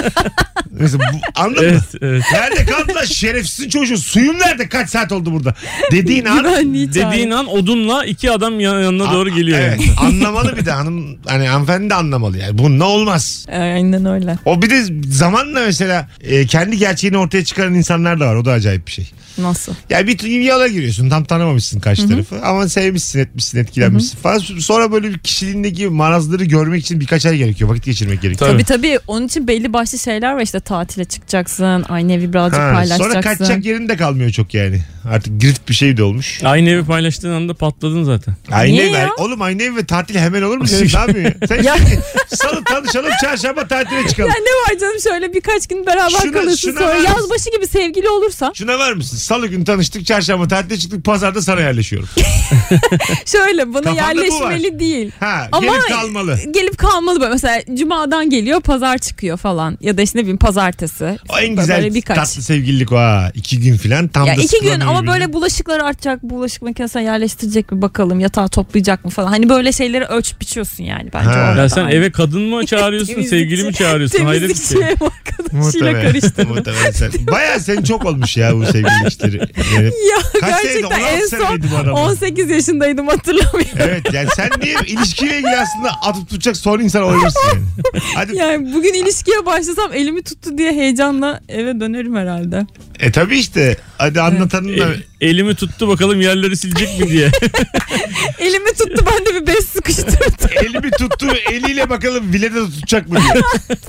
Mesela anladın mı? Evet, evet. Nerede kaldı lan şerefsizin çocuğu? Suyum nerede? Kaç saat oldu burada? Dediğin an Güvenliği Dediğin çağırıyor. an odunla iki adam yanına doğru geliyor. Evet, Yani. anlamalı bir de hanım, hani hanımefendi de anlamalı yani. Bu ne olmaz. Aynen öyle. O bir de zamanla mesela kendi gerçeğini ortaya çıkaran insanlar da var. O da acayip bir şey. Nasıl? Yani bir yola giriyorsun, tam tanımamışsın karşı tarafı ama sevmişsin, etmişsin, etkilenmişsin falan. Sonra böyle bir kişiliğindeki marazları görmek için birkaç ay gerekiyor. Vakit geçirmek gerekiyor. Tabii onun için belli başlı şeyler var, işte tatile çıkacaksın, aynı evi birazcık Ha, paylaşacaksın. sonra kaçacak yerin de kalmıyor çok yani. Artık grift bir şey de olmuş. Aynı evi paylaştığın anda patladın zaten. Aynı Niye ev, ya? oğlum aynı ev ve tatil hemen olur mu? Sen ne yapıyorsun? Sen Ya- şimdi salı tanışalım, çarşamba tatile çıkalım. Ya ne var canım, şöyle birkaç gün beraber kalırsın, şuna sonra var yaz mısın? başı gibi sevgili olursa Şuna var mısın? Salı günü tanıştık, çarşamba tatile çıktık, pazarda sana yerleşiyorum. şöyle bana Kafanda bu yerleşmeli değil. Ha, Ama gelip kalmalı. Gelip kalmalı böyle, mesela cumadan geliyor, pazar çıkıyor falan, ya da işte ne bileyim pazartesi. O en Böyle güzel birkaç. tatlı sevgililik o ha. 2 gün falan tam Ya da 2 gün sıkılamıyor ama birbirine. böyle bulaşıklar artacak, bulaşık makinesine yerleştirecek mi bakalım, yatağı toplayacak mı falan. Hani böyle şeyleri ölçüp biçiyorsun yani bence. Ha. orada Ya da sen aynı. eve kadın mı çağırıyorsun, Temizlikçi- sevgili mi çağırıyorsun? Hayret bir Temizlikçi şey. ev arkadaşıyla karıştırdın. Muhtemelen sen. Bayağı senin çok olmuş ya bu sevgili işleri. Yani Ya kaç seneydi? gerçekten 16 en son seneydi bu adam. 18 yaşındaydım, hatırlamıyorum. Evet yani sen niye ilişkiyle ilgili aslında atıp tutacak son insan olabilirsin yani. Hadi Yani bugün ilişkiye başlasam elimi tuttu diye heyecanla eve dönerim herhalde. tabii işte hadi anlatanın da Elimi tuttu bakalım yerleri silecek mi diye. Elimi tuttu, ben de bir bez sıkıştırdım. elimi tuttu eliyle bakalım vilede de tutacak mı diye.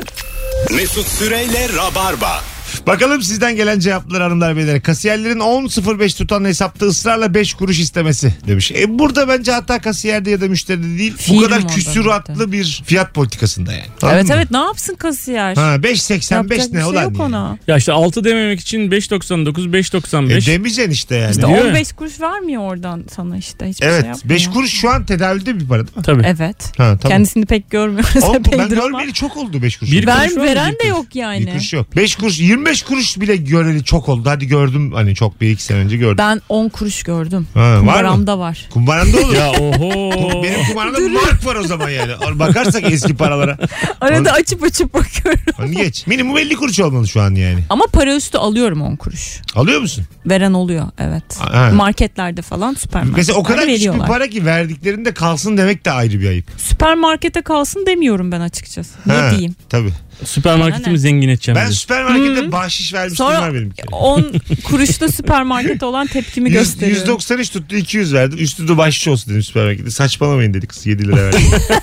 Mesut Süreyle Rabarba. Bakalım sizden gelen cevaplar hanımlar beyler. Kasiyerlerin 10.05 tutan hesapta ısrarla 5 kuruş istemesi demiş. Burada bence hata kasiyerde ya da müşteride değil. Film bu kadar orada küsuratlı zaten. bir fiyat politikasında yani. Anladın Evet mı? evet, ne yapsın kasiyer? Ha 5.85 Yapacak ne bir şey ulan yok yani? ona. Ya işte 6 dememek için 5.99, 5.95. Demeyeceksin işte yani. İşte Diyor ya. 15 kuruş vermiyor oradan sana, işte hiçbir Evet şey yapmıyor. 5 kuruş şu an tedavülde bir para değil mi? Tabii. Evet. Ha, tamam. Kendisini pek görmüyoruz. Oğlum, ben epeydir ama. görmeyeli çok oldu 5 kuruş. Bir Ben kuruş var mı? veren Bir de kuruş. yok yani. Bir kuruş yok. 5 kuruş 25 15 kuruş bile göreli çok oldu. Hadi gördüm hani çok bir iki sene önce gördüm. Ben 10 kuruş gördüm. Ha, var mı? Kumbaramda var. Kumbaramda olur. Ya oho. Benim kumbaramda mark var o zaman yani. Bakarsak eski paralara. Arada açıp bakıyorum. Onu geç. Minimum 50 kuruş olmalı şu an yani. Ama para üstü alıyorum 10 kuruş. Alıyor musun? Veren oluyor evet. Ha. Marketlerde falan, süpermarketlerde Mesela o kadar küçük bir veriyorlar. para ki verdiklerinde kalsın demek de ayrı bir ayıp. Süpermarkete kalsın demiyorum ben açıkçası. Ne Ha, diyeyim? Tabii. Süpermarketimi zengin edeceğim. Ben dedi. süpermarkete bahşiş vermiştim Sonra var benim bir kere. 10 kuruşta süpermarkete olan tepkimi gösteriyorum. 193 tuttu 200 verdim. Üstü de bahşiş olsun dedim süpermarkette. Saçmalamayın dedi kız 7 lira verdi.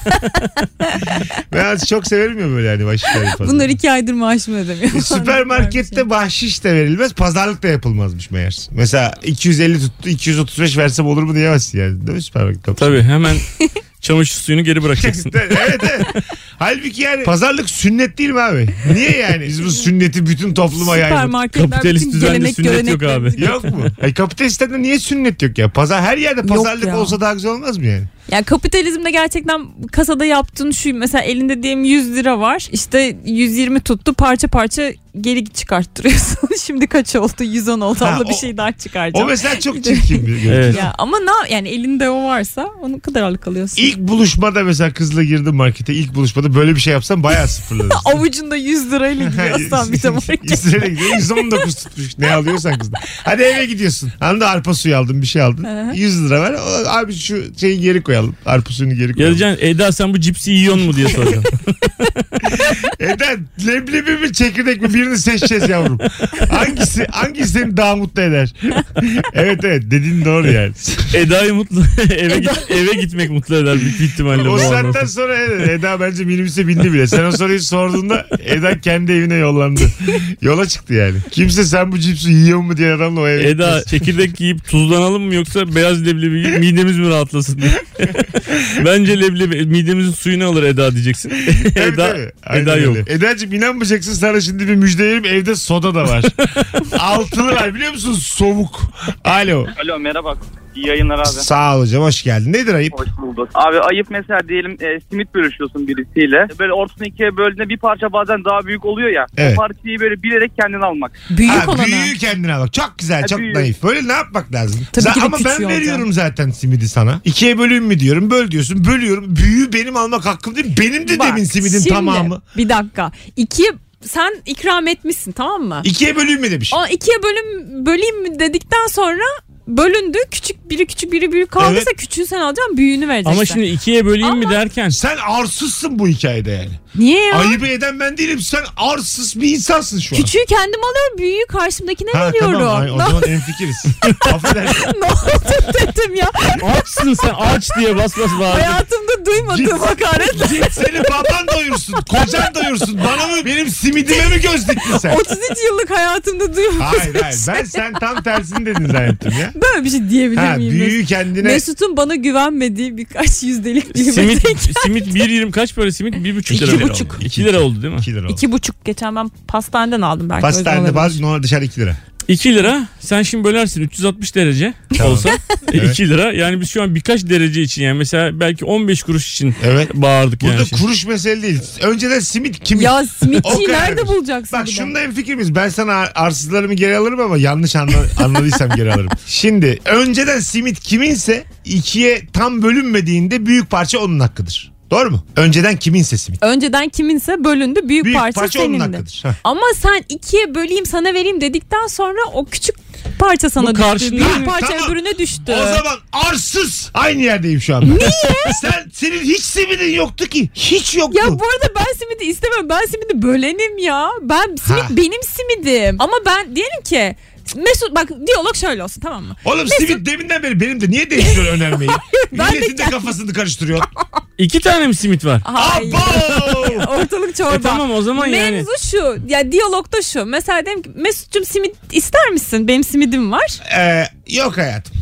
Ben çok severim ya böyle yani bahşiş verip fazla. Bunlar 2 aydır maaşımı ödemiyor. Süpermarkette bahşiş de verilmez. Pazarlık da yapılmazmış meğer. Mesela 250 tuttu 235 versem olur mu diyemezsin yani. Değil mi süpermarket? Tabii hemen çamaşır suyunu geri bırakacaksın. Evet. Halbuki yani pazarlık sünnet değil mi abi? Niye yani? Biz bu sünneti bütün topluma yaymak. Süpermarketler Kapitalist bütün düzende gelenek, sünnet yok göreneklerimizi- abi. Yok mu? Kapitalist sistemde niye sünnet yok ya? Pazar her yerde pazarlık ya. olsa daha güzel olmaz mı yani? Ya kapitalizmde gerçekten kasada yaptığın şu, mesela elinde diyelim 100 lira var, işte 120 tuttu, parça parça geri çıkarttırıyorsun. Şimdi kaç oldu? 110 oldu. Ha, Abla bir o- şey daha çıkaracağım. O mesela çok çirkin bir görüntü. Evet. Ya ama yani elinde o varsa onun kadar ağırlık alıyorsun. İlk buluşmada mesela kızla girdim markete. İlk buluşmada böyle bir şey yapsam bayağı sıfırlanırsın. Avucunda 100 lirayla gidiyorsan bir de market. İsrail'e gidiyor 119 tutmuş. Ne alıyorsan kızdan. Hadi eve gidiyorsun. Anında arpa suyu aldın bir şey aldın. Hı. 100 lira ver. Abi şu şeyi geri koyalım. Arpa suyunu geri koyalım. Yazacaksın Eda sen bu cipsi yiyor mu diye soracaksın. Eda leblebi mi çekirdek mi birini seçeceğiz yavrum. Hangisi seni daha mutlu eder? Evet dediğin doğru yani. Eda'yı mutlu eve gitmek mutlu eder büyük bir ihtimalle. O bu saatten anlamda. sonra Eda bence minibüse bindi bile. Sen o soruyu sorduğunda Eda kendi evine yollandı. Yola çıktı yani. Kimse sen bu cipsi yiyor mu diye adamla o eve Eda gitmez. çekirdek yiyip tuzlanalım mı yoksa beyaz leblebi yiyip midemiz mi rahatlasın diye. Bence leblebi midemizin suyunu alır Eda diyeceksin. Tabii, Eda, tabii. Aynen Eda yok. öyle. Eda'cığım inanmayacaksın, sana şimdi bir müjde vereyim. Evde soda da var. Altılı var biliyor musun? Soğuk. Alo. Alo merhaba. İyi yayınlar abi. Sağ ol hocam, hoş geldin. Nedir ayıp? Hoş bulduk. Abi ayıp mesela diyelim simit bölüşüyorsun birisiyle. Böyle ortasını ikiye böldüğünde bir parça bazen daha büyük oluyor ya. Evet. O parçayı böyle bilerek kendine almak. Büyük olanı. Büyüğü kendine bak. Çok güzel, Ha, çok büyük. naif. Böyle ne yapmak lazım? Tabii ki de Ama ben küçüğü veriyorum olacak. zaten simidi sana. İkiye böleyim mi diyorum. Böl diyorsun. Bölüyorum. Büyüğü benim almak hakkım değil. Benim de Bak, demin simidin şimdi, tamamı. Bir dakika. Sen ikram etmişsin, tamam mı? İkiye böleyim mi demiş. O ikiye böleyim mi dedikten sonra bölündü. Küçük biri büyük kaldıysa Evet. küçüğü sen alacaksın, büyüğünü vereceksin. Ama şimdi ikiye böleyim mi derken Sen arsızsın bu hikayede yani. Niye ya? Ayıbı eden ben değilim. Sen arsız bir insansın şu an. Küçüğü kendim alıyorum, büyüğü karşımdakine veriyorum. Tamam, o zaman enfikiriz. Affedersin. Ne oldu dedim ya. açsın sen aç diye bas bağırdın. Hayatımda duymadığım hakaretler. Git seni baban doyursun. Kocan doyursun. Bana mı, benim simidime mi göz diktin sen? 33 yıllık hayatımda duymadığım. Hayır. Ben sen tam tersini dedin zannettim ya. Böyle bir şey diyebilir Ha, miyim? büyüğü kendine... Mesut'un bana güvenmediği birkaç yüzdelik bir Simit 1.20 kaç para simit? 1.5 lira. 2,5. 2 lira oldu değil mi? 2 lira oldu. 2,5 geçen ben pastaneden aldım belki. o yüzden Pastanede olabilir. bazı normal dışarı 2 lira. 2 lira sen şimdi bölersin 360 derece Tamam. olsa Evet. 2 lira yani biz şu an birkaç derece için yani mesela belki 15 kuruş için Evet. bağırdık Burada yani. kuruş mesele değil. Önceden simit kimin? Ya O simitçiyi kadar. nerede bulacaksın? Bak bir de? şunda hemfikir miyiz? Ben sana arsızlarımı geri alırım ama yanlış anladıysam geri alırım. Şimdi önceden simit kiminse ikiye tam bölünmediğinde büyük parça onun hakkıdır. Doğru mu? Önceden kiminse simit. Önceden kiminse bölündü, büyük, Büyük parça, parça onun senindi. hakkıdır. Hah. Ama sen ikiye böleyim sana vereyim dedikten sonra o küçük parça sana Bu düştü. karşında- Büyük Ha, parça tamam. öbürüne düştü. O zaman arsız. Aynı yerdeyim şu anda. Niye? Senin hiç simidin yoktu ki. Hiç yoktu. Ya bu arada ben simidi istemem. Ben simidi bölenim ya. Simit Ha. benim simidim. Ama ben diyelim ki Mesut, bak diyalog şöyle olsun, tamam mı? Oğlum simit deminden beri benim de niye değiştiriyor önermeyi? ben de Milletin de kafasını karıştırıyor. 2 tane mi simit var? Hayır. Abo! Ortalık çorba. Tamam o zaman yani. Mevzu şu. Ya diyalogda şu. Mesela dedim ki Mesut'cum simit ister misin? Benim simidim var. Yok hayatım.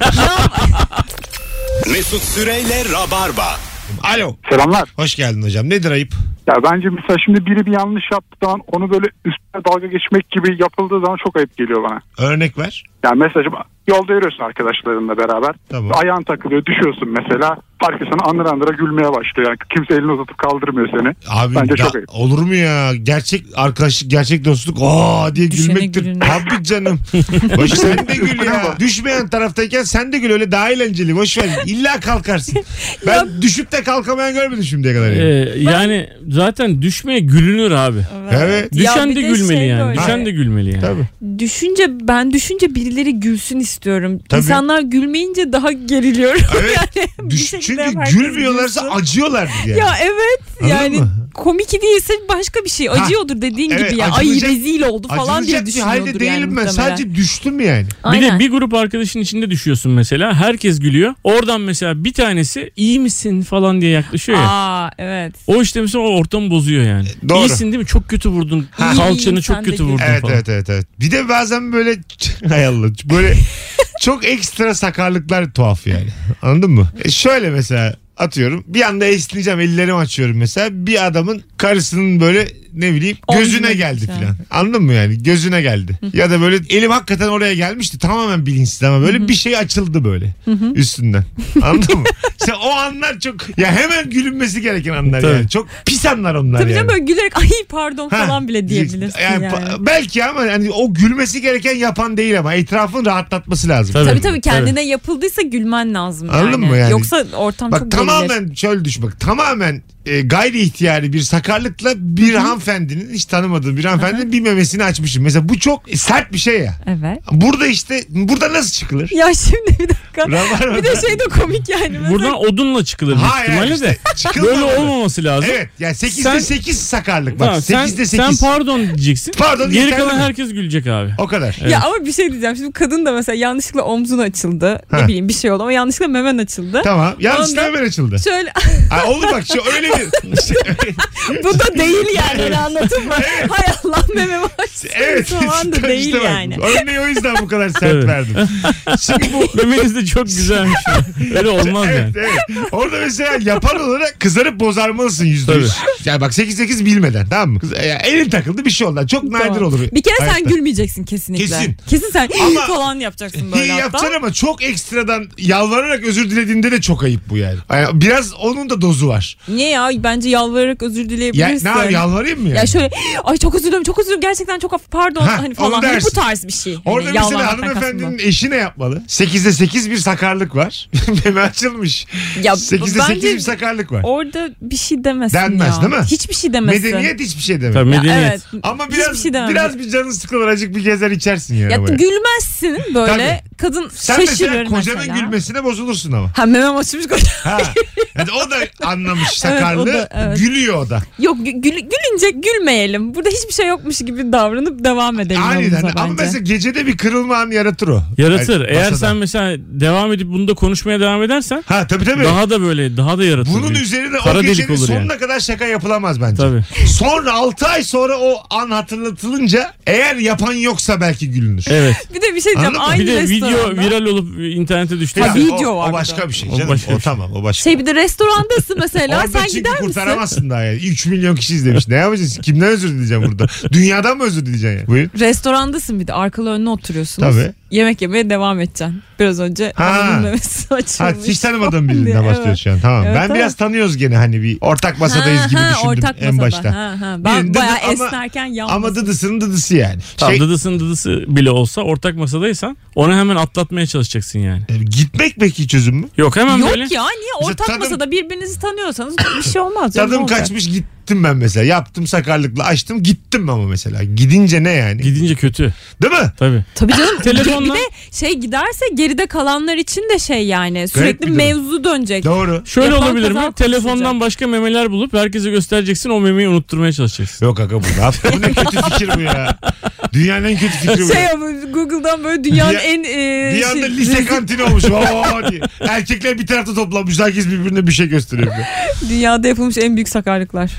Mesut Süreyle Rabarba. Alo. Selamlar. Hoş geldin hocam. Nedir ayıp? Ya bence mesela şimdi biri bir yanlış yaptığı zaman onu böyle üstüne dalga geçmek gibi yapıldığı zaman çok ayıp geliyor bana. Örnek ver. Yani mesela yolda yürüyorsun arkadaşlarınla beraber. Tamam. Ayağın takılıyor, düşüyorsun mesela. Herkes sana andıra andıra gülmeye başlıyor. Yani kimse elini uzatıp kaldırmıyor seni. Abi Bence çok ayıp. olur mu ya? Gerçek arkadaşlık, gerçek dostluk diye Düşene gülmektir. gülün. Tabii canım. Boş sen de gül ya. Düşmeyen taraftayken sen de gül, öyle daha eğlenceli. Boş ver. İlla kalkarsın. Ben düşüp de kalkamayan görmedim şimdiye kadar. Yani zaten düşmeye gülünür abi. Evet. Ya Düşen bir de de gülmeli şey yani. böyle. Düşen de gülmeli yani. Tabii. Düşünce birileri gülsün istiyorum. Tabii. İnsanlar gülmeyince daha geriliyorum. Evet. Yani bir şekilde Çünkü herkes gülmüyorlarsa gülsün. acıyorlardır yani. Ya evet Anladın yani mı? komik değilse başka bir şey acıyordur dediğin Evet, gibi ya. Ay acınacak- rezil oldu falan diye Acınacak bir düşünüyordur halde değilim yani ben. muhtemelen. Sadece düştüm yani. Bir de Aynen. bir grup arkadaşın içinde düşüyorsun mesela. Herkes gülüyor. Oradan mesela bir tanesi iyi misin falan diye yaklaşıyor ya. Aa evet. O işte mesela o ortamı bozuyor yani. Doğru. İyisin değil mi? Çok kötü vurdun. Ha. Kalçanı İyiyim, çok sen de kötü gül. vurdun Evet, falan. evet. Bir de bazen böyle hay Allah, böyle çok ekstra sakarlıklar tuhaf yani. Anladın mı? Şöyle mesela atıyorum, bir anda esneyeceğim, ellerimi açıyorum mesela, bir adamın karısının böyle ne bileyim gözüne Omzuna geldi gitmiş filan. Anladın mı yani? Gözüne geldi. Ya da böyle elim hakikaten oraya gelmişti, tamamen bilinçsiz ama böyle bir şey açıldı böyle üstünden. Anladın mı? Sen o anlar çok, ya hemen gülünmesi gereken anlar Tabii. yani. Çok pis anlar onlar Tabii yani. canım böyle gülerek ay pardon Ha, falan bile diyebilirsin yani. Belki ama hani o gülmesi gereken yapan değil ama etrafın rahatlatması lazım. Tabii. Tabii kendine yapıldıysa gülmen lazım Anladın yani. mı yani? Yoksa ortam Bak çok gerilir. tamamen şöyle düşün, bak tamamen gayri ihtiyari bir sakarlıkla bir hanımefendinin, hiç tanımadığım bir hanımefendinin bir memesini açmışım. Mesela bu çok sert bir şey ya. Evet. Burada nasıl çıkılır? Ya şimdi bir dakika. Rabarba- Bir de şey de komik yani. Mesela Buradan odunla çıkılır büyük Hayır, ihtimalle işte de. çıkılmamalı. Böyle olmaması lazım. Evet yani 8'de Sen- 8 sakarlık. Bak Tamam, 8'de 8. sen pardon diyeceksin. Pardon, Geri yeterli kalan mi? herkes gülecek abi. O kadar. Evet. Ya ama bir şey diyeceğim. Şimdi kadın da mesela yanlışlıkla omzun açıldı. Ha. Ne bileyim bir şey oldu ama yanlışlıkla memen açıldı. Tamam. Yanlışlıkla Ondan- hemen açıldı. Şöyle Ha, olur bak şu öyle bir. bu da değil yani öyle anladın mı? Hay Allah mememi açtı. Evet. Şu anda işte değil bak, yani. Örneği o yüzden bu kadar sert Evet. verdim. Şimdi bu Memeniz de çok güzelmiş. Öyle olmaz yani. Evet. Orada mesela yapan olarak kızarıp bozarmalısın %100. Tabii. Yani bak 8-8 bilmeden, tamam mı? Elin takıldı, bir şey oldu. Çok nadir Tamam. olur. Bir kere sen hayatta. gülmeyeceksin kesinlikle. Kesin. sen Ama- falan yapacaksın böyle İyi hatta. yapacaksın ama çok ekstradan yalvararak özür dilediğinde de çok ayıp bu yani. Yani biraz onun da dozu var. Niye ya? Bence yalvararak özür Ya, dileyebilirsin. ne yapayım, yalvarayım mı yani? Ya şöyle ay çok özür dilerim gerçekten çok pardon Ha, hani onu falan hani bu dersin. tarz bir şey. Orada Hani mesela yalvarmaktan hanımefendinin kastım eşi ne yapmalı? 8'de 8 bir sakarlık var. Meme açılmış. bu. Ya 8'de 8 bence bir sakarlık var. orada bir şey demesin Denmez, ya. değil mi? Hiçbir şey demesin. Medeniyet hiçbir şey demek. Tabii Ya medeniyet. evet. Ama Hiçbir biraz şey demem. biraz bir canın sıkılır, acık bir gezer içersin yani. Ya ama. gülmezsin böyle kadın Sen şaşırır mesela kocanın mesela. gülmesine bozulursun ama. Ha memem açmış koca. Ha. Yani o da anlamış sakarlığı. o da, evet. Gülüyor o da. Yok gülünce gülmeyelim. Burada hiçbir şey yokmuş gibi davranıp devam edelim Aynen. yolumuza Ama bence. mesela gecede bir kırılma anı yaratır o. Yaratır. Yani Eğer masada. sen mesela devam edip bunu da konuşmaya devam edersen Ha tabii. daha da yaratır. Bunun büyük. üzerine Kara o delik gecenin olur sonuna yani. kadar şaka yapılamaz bence. Tabii. Sonra 6 ay sonra o an hatırlatılınca eğer yapan yoksa belki gülünür. Evet. Bir de bir şey diyeceğim. Anladın mı? Aynı Bir de video restoranda. viral olup internete düştü. Ha, Ya, video var o bir başka de. bir şey O canım. başka O bir şey. tamam, o başka. Şey bir de restorandasın mesela Orada sen çünkü gider misin? kurtaramazsın daha yani. 3 milyon kişi izlemiş. Ne yapacaksın? Kimden özür dileyeceğim burada? Dünyadan mı özür dileyeceksin yani? Buyurun. Restorandasın bir de arkalı önüne oturuyorsunuz. Tabii. Yemek yemeye devam edeceksin. Biraz önce Ha. hanımın memesi Ha, açılmış. hiç tanımadığım birinden diye, bahsediyoruz evet. şu an. Tamam. Evet, ben evet. biraz tanıyoruz gene, hani bir ortak masadayız gibi düşündüm ortak en masada. başta. Ben Birinde bayağı ama- esnerken yalnız. Ama dıdısının dıdısı yani. Tamam, dıdısı bile olsa ortak masadaysan onu hemen atlatmaya çalışacaksın yani. Gitmek peki çözüm mü? Yok hemen Yok böyle. ya niye Mesela ortak tadım- masada birbirinizi tanıyorsanız bir şey olmaz. canım, ne Tadım olacak? kaçmış, gittim ben mesela. Yaptım sakarlıkla, açtım, gittim ama mesela. Gidince ne yani? Gidince kötü. Değil mi? Tabii. Tabii canım. Telefonla- Bir de şey giderse geride kalanlar için de şey yani sürekli bir durum. mevzu dönecek. Doğru. Şöyle Yapan olabilir mi? kaza Telefondan konuşacak. başka memeler bulup herkese göstereceksin, o memeyi unutturmaya çalışacaksın. Yok aga, bu ne yaptı? Bu ne kötü fikir bu ya. Dünyanın en kötü fikri bu. Şey ama Google'dan böyle dünyanın Bir- en Bir anda şey- lise kantini olmuş. Oo diye. Erkekler bir tarafta toplanmış. Herkes birbirine bir şey gösteriyor. dünyada yapılmış en büyük sakarlıklar.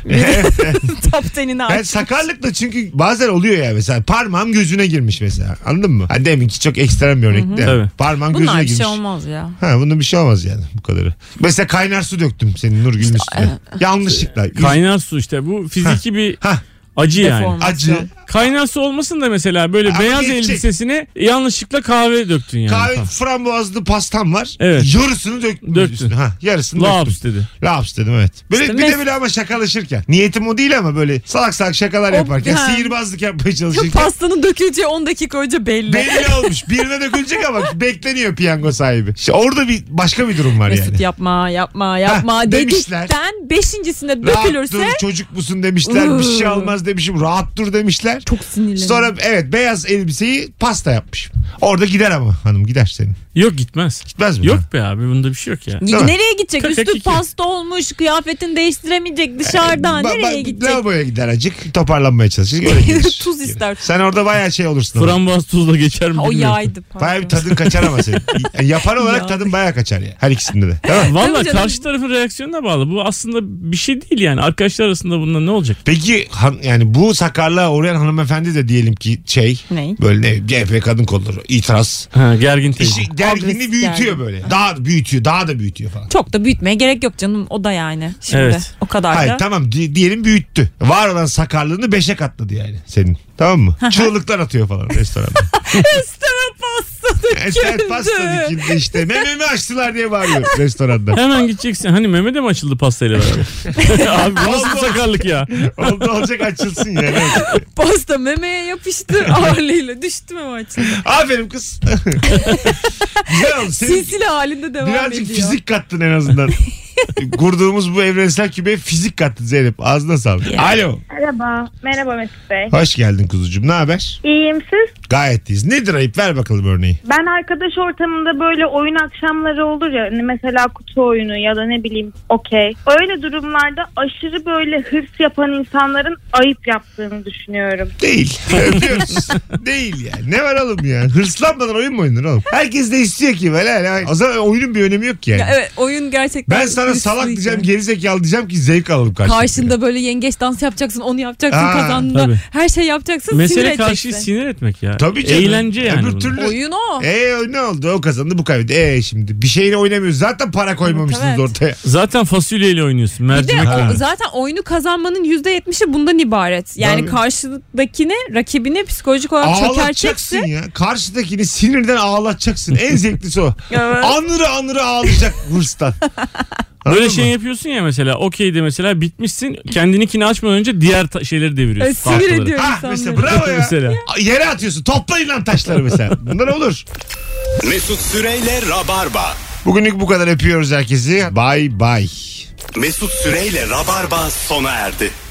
Top 10'ini Ben aç. sakarlıkla çünkü bazen oluyor ya, mesela parmağım gözüne girmiş mesela. Anladın mı? Ha, deminki çok ekstrem bir örnek de. Tabii. Parmağım Bunlar gözüne bir girmiş. şey olmaz ya. Ha, bunda bir şey olmaz yani, bu kadarı. Mesela kaynar su döktüm senin Nurgül'ün üstüne. Yanlışlıkla. Kaynar su işte bu fiziki bir Hah. acı yani. Deformasyon. Acı. Kaynar su olmasın da mesela böyle Ama beyaz geçecek. elbisesine yanlışlıkla kahve döktün yani. Kahve Tamam. frambuazlı pastam var. Evet. Yarısını döktüm. Döktün. Üstüne. Ha, yarısını Laps döktüm. dedi. Laps dedim evet. Böyle İşte bir de böyle ama şakalaşırken. Niyetim o değil ama böyle salak salak şakalar yaparken ha. sihirbazlık yapmaya çalışırken. Pastanın döküleceği 10 dakika önce belli. Belli olmuş. Birine dökülecek ama bekleniyor piyango sahibi. İşte orada başka bir durum var Mesut yani. yapma demişler. dedikten 5'incisinde Rahat dökülürse dur çocuk musun demişler. Bir şey olmaz demişim. Rahat dur demişler. çok sinirlenirim. Sonra evet beyaz elbiseyi pasta yapmışım. Orada gider ama hanım gider senin. Yok gitmez. Gitmez mi? Yok be abi bunda bir şey yok ya. Değil mi? Nereye gidecek? Kakak Üstü iki. pasta olmuş. Kıyafetini değiştiremeyecek dışarıdan. Nereye gidecek? Lavaboya gider acık. Toparlanmaya çalışır. Öyle gelir. Tuz ister. Sen orada bayağı şey olursun. ama. Frambuaz tuzla geçer mi O bilmiyorum. yaydı. Bayağı bir tadın kaçar ama senin. Yani yapan olarak Ya. tadın bayağı kaçar ya. Her ikisinde de. Değil mi? Valla Tabii canım. karşı tarafın reaksiyonuna bağlı. Bu aslında bir şey değil yani. Arkadaşlar arasında bundan ne olacak? Peki yani bu sakarlığa uğrayan hanımefendi de diyelim ki Ne? böyle ne CHP kadın kolları itiraz. Ha, gergin teyze. İşi gerginliği Agresif büyütüyor gergin. böyle. Daha büyütüyor. Daha da büyütüyor falan. Çok da büyütmeye gerek yok canım. O da yani. Şimdi Evet. o kadar Hayır da. tamam diyelim büyüttü. Var olan sakarlığını 5'e katladı yani senin. Tamam mı? Çığlıklar atıyor falan restoranda. Üstüme pasta Evet pasta dikildi işte. Mememi açtılar diye bağırıyor restoranda. Hemen gideceksin. Hani Mehmet'e mi açıldı pastayla beraber? Abi bu nasıl bir sakarlık ya? Oldu olacak açılsın yani. Pasta memeye yapıştı. Ağırlığıyla düştü mü maçta? Aferin kız. Güzel oldu. Senin Silsile halinde devam birazcık ediyor. fizik kattın en azından. Kurduğumuz bu evrensel kümeye fizik kattın Zeynep. Ağzına sağlık. Alo. Merhaba. Merhaba Mesut Bey. Hoş geldin kuzucuğum. Ne haber? İyiyim siz? Gayet iyiyiz. Nedir ayıp? Ver bakalım örneği. Ben arkadaş ortamında böyle oyun akşamları olur ya. Hani mesela kutu oyunu ya da ne bileyim okey. Öyle durumlarda aşırı böyle hırs yapan insanların ayıp yaptığını düşünüyorum. Değil. Öpüyoruz. Değil yani. Ne var oğlum ya? Hırslanmadan oyun mu oynanır oğlum? Herkes de istiyor ki böyle. O zaman oyunun bir önemi yok ki yani. Ya evet oyun gerçekten. Ben sana salak hırslıydı. diyeceğim, gerizekalı diyeceğim ki zevk alalım karşılıklı. Karşında böyle yengeç dans yapacaksın, onu yapacaksın, Aa, kazandığında tabii. her şey yapacaksın, sinir Mesele edeceksin. karşıyı sinir etmek ya. Tabii canım. Eğlence yani. Öbür bunun. türlü. Oyun o. Ne oldu? O kazandı bu kaybetti. Şimdi bir şeyle oynamıyoruz. Zaten para koymamışsınız Evet. ortaya. Zaten fasulyeyle oynuyorsun. Bir de Mercimek oynuyorsun. zaten oyunu kazanmanın %70'i bundan ibaret. Yani Tabii. karşıdakini, rakibini psikolojik olarak Ağlatacaksın çökerteceksin. ya. Karşıdakini sinirden ağlatacaksın. En zevklisi o. Evet. Anırı ağlayacak hırstan. Böyle Anladın şey mı? yapıyorsun ya mesela okeyde mesela bitmişsin kendininkini açmadan önce diğer şeyleri deviriyorsun. Evet, sinir tahtaları. ediyor Ha insanları. mesela bravo ya. Mesela. Yere atıyorsun. Toplayın lan taşları mesela. Bunlar olur. Mesut Süreyle Rabarba. Bugünlük bu kadar öpüyoruz herkesi. Bye bye. Mesut Süreyle Rabarba sona erdi.